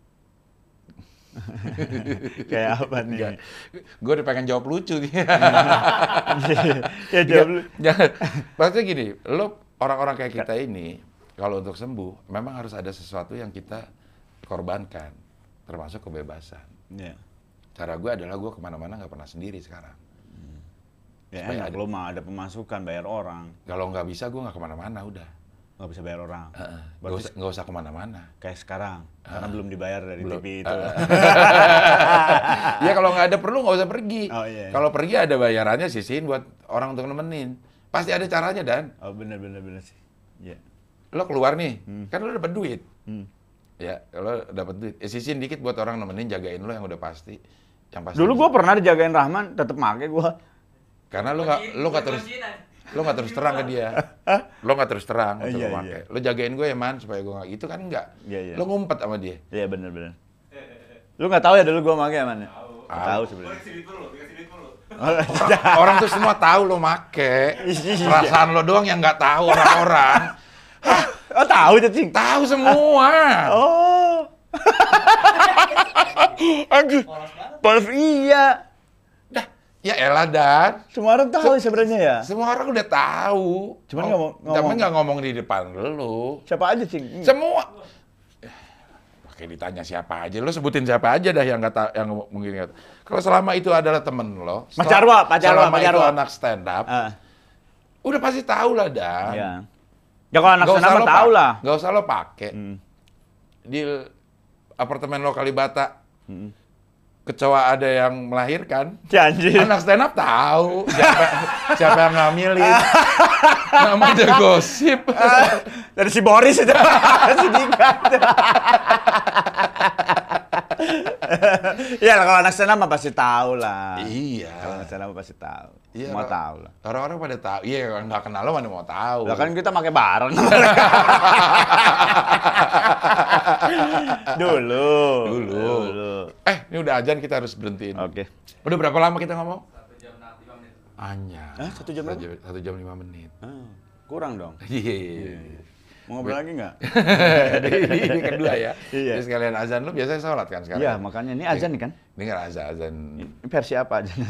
Kayak apa nih? Gue udah pengen jawab lucu nih. Ya jawab lu. Maksudnya gini, lo orang-orang kayak kita ini, kalau untuk sembuh, memang harus ada sesuatu yang kita korbankan, termasuk kebebasan. Yeah. Cara gue adalah gue kemana-mana nggak pernah sendiri sekarang. Ya enak, lo mah ada pemasukan, bayar orang. Kalau nggak bisa, gue nggak kemana-mana udah. Nggak bisa bayar orang. Nggak usah kemana-mana. Kayak sekarang, karena belum dibayar dari TV itu. Ya kalau nggak ada perlu nggak usah pergi. Oh, iya. Kalau pergi ada bayarannya sisihin buat orang untuk nemenin. Pasti ada caranya, Dan. Oh bener sih. Iya. Lo keluar nih, kan lo dapat duit. Ya, lo dapat duit. Sisihin dikit buat orang nemenin, jagain lo yang udah pasti. Yang pasti. Dulu gue pernah dijagain Rahman, tetep make gue. Karena lu nggak terus terang ke dia. Lo nggak terus terang untuk Iya, pakai. iya. Lo jagain gue ya man supaya gue nggak gitu kan enggak. Iya, iya. Lo ngumpet sama dia. Iya benar. Lu nggak tahu ya dulu gua pakai mana? Tahu sebenarnya. Orang tuh semua tahu lo make. Perasaan lo doang yang nggak tahu orang-orang. Oh tahu cacing. Tahu semua. Oh. Aduh. Polos iya. Dah, ya elah Dan. Semua orang tahu sebenarnya ya. Semua orang udah tahu. Cuman nggak mau ngomong. Tapi nggak ngomong di depan lo. Siapa aja, Cing? Semua. Pakai ditanya siapa aja, lo sebutin siapa aja dah yang nggak tahu, yang mungkin nggak tahu. Kalau selama itu adalah temen lo, Mas Jarwo, Pak Jarwo, selama Pak itu Jarwo. anak stand up, udah pasti tahu lah Dan. Iya. Ya kalau anak stand up tahu lah. Nggak usah lo pakai. Di apartemen lo Kalibata, kecoa ada yang melahirkan. Janji. Anak stand up tahu siapa yang ngamilin. Namanya gosip. Dari si Boris itu. Si Dika. Iya, kalau anak stand up mah pasti tahu lah. Iya. Kalau anak stand up pasti tahu. Iya, Semua tahu lah. Orang-orang pada tahu. Iya, nggak kenal lo mana mau tahu. Lah kan kita pakai bareng. Dulu. Ini udah azan kita harus berhentiin. Oke. Udah berapa lama kita ngomong? 1 jam 5 menit. Anya. 1 jam berapa? 1 jam 5 menit. Kurang dong. Iya. Mau ngobrol lagi nggak? Ini kedua ya. Iya. Jadi sekalian azan lu biasanya sholat kan sekarang? Iya, makanya ini azan nih kan? Dengar azan. Ini versi apa azan?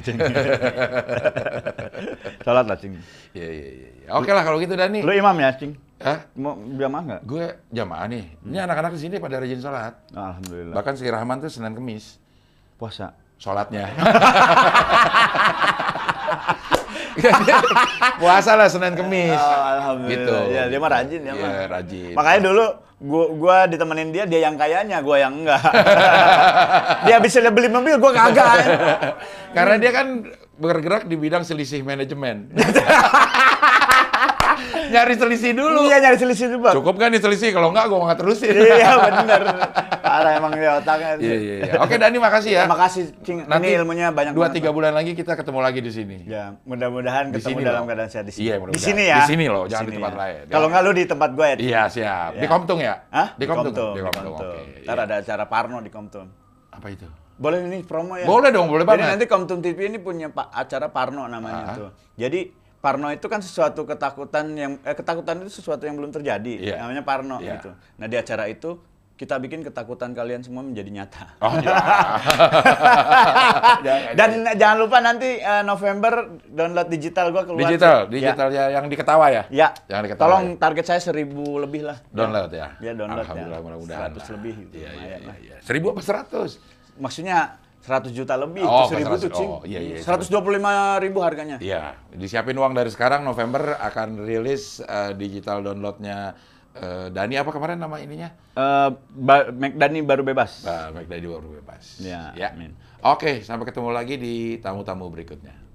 Salat lah, Cing. Iya. Oke lah kalau gitu Dani. Lu imam ya, Cing? Hah? Mau jamaah nggak? Gue jamaah nih. Ini anak-anak di sini pada rajin sholat. Alhamdulillah. Bahkan si Rahman tuh Senin Kemis Puasa. sholatnya. Puasa lah Senin Kemis. Alhamdulillah. Gitu. Ya, dia mah rajin ya, Iya, rajin. Makanya dulu gua ditemenin dia yang kayanya, gua yang enggak. Dia bisa beli mobil, gua kagak. Karena dia kan bergerak di bidang selisih manajemen. Nyari selisih dulu. Iya, nyari selisih dulu, Bang. Cukup kan nih selisih? Kalau enggak, gua nggak terusin. Iya, bener. Parah emang dia otaknya. Iya. Oke, Dani, makasih ya. Makasih, Cing. Nanti Ini ilmunya banyak 2-3 bulan lagi kita ketemu lagi di sini. Ya, mudah-mudahan Di ketemu sini dalam loh. keadaan sehat di sini. Iya, Di mudah-mudahan. sini ya. Di sini loh, jangan di sini tempat ya. lain. Kalau nggak lu di tempat gue ya. Iya, siap. Ya. Di Komtung ya? Hah? Di Komtung. Di Komtung. Oke. Ntar ada acara Parno di Komtung. Apa itu? Boleh ini promo ya? Boleh dong, boleh Jadi banget. nanti Komtung TV ini punya acara Parno namanya tuh. Jadi Parno itu kan sesuatu ketakutan ketakutan itu sesuatu yang belum terjadi. Iya. Namanya Parno Iya. gitu. Nah, di acara itu kita bikin ketakutan kalian semua menjadi nyata. Oh, ya. Dan jangan lupa nanti November download digital gua keluar. Digital ya, yang diketawa ya? Ya. Yang diketawa. Tolong target saya 1000 lebih lah. Download ya? Ya, download Alhamdulillah, ya. mudah-mudahan. 100 lebih gitu. Iya. lumayan lah. 1000 apa 100? Maksudnya 100 juta lebih, Oh, itu 1000 tuh, 100. Cing. Oh, iya. 125.000 harganya. Iya, disiapin uang dari sekarang. November akan rilis digital downloadnya Dani apa kemarin nama ininya? McDani baru bebas. McDani baru bebas. Ya, Ya. amin. Oke, sampai ketemu lagi di tamu-tamu berikutnya.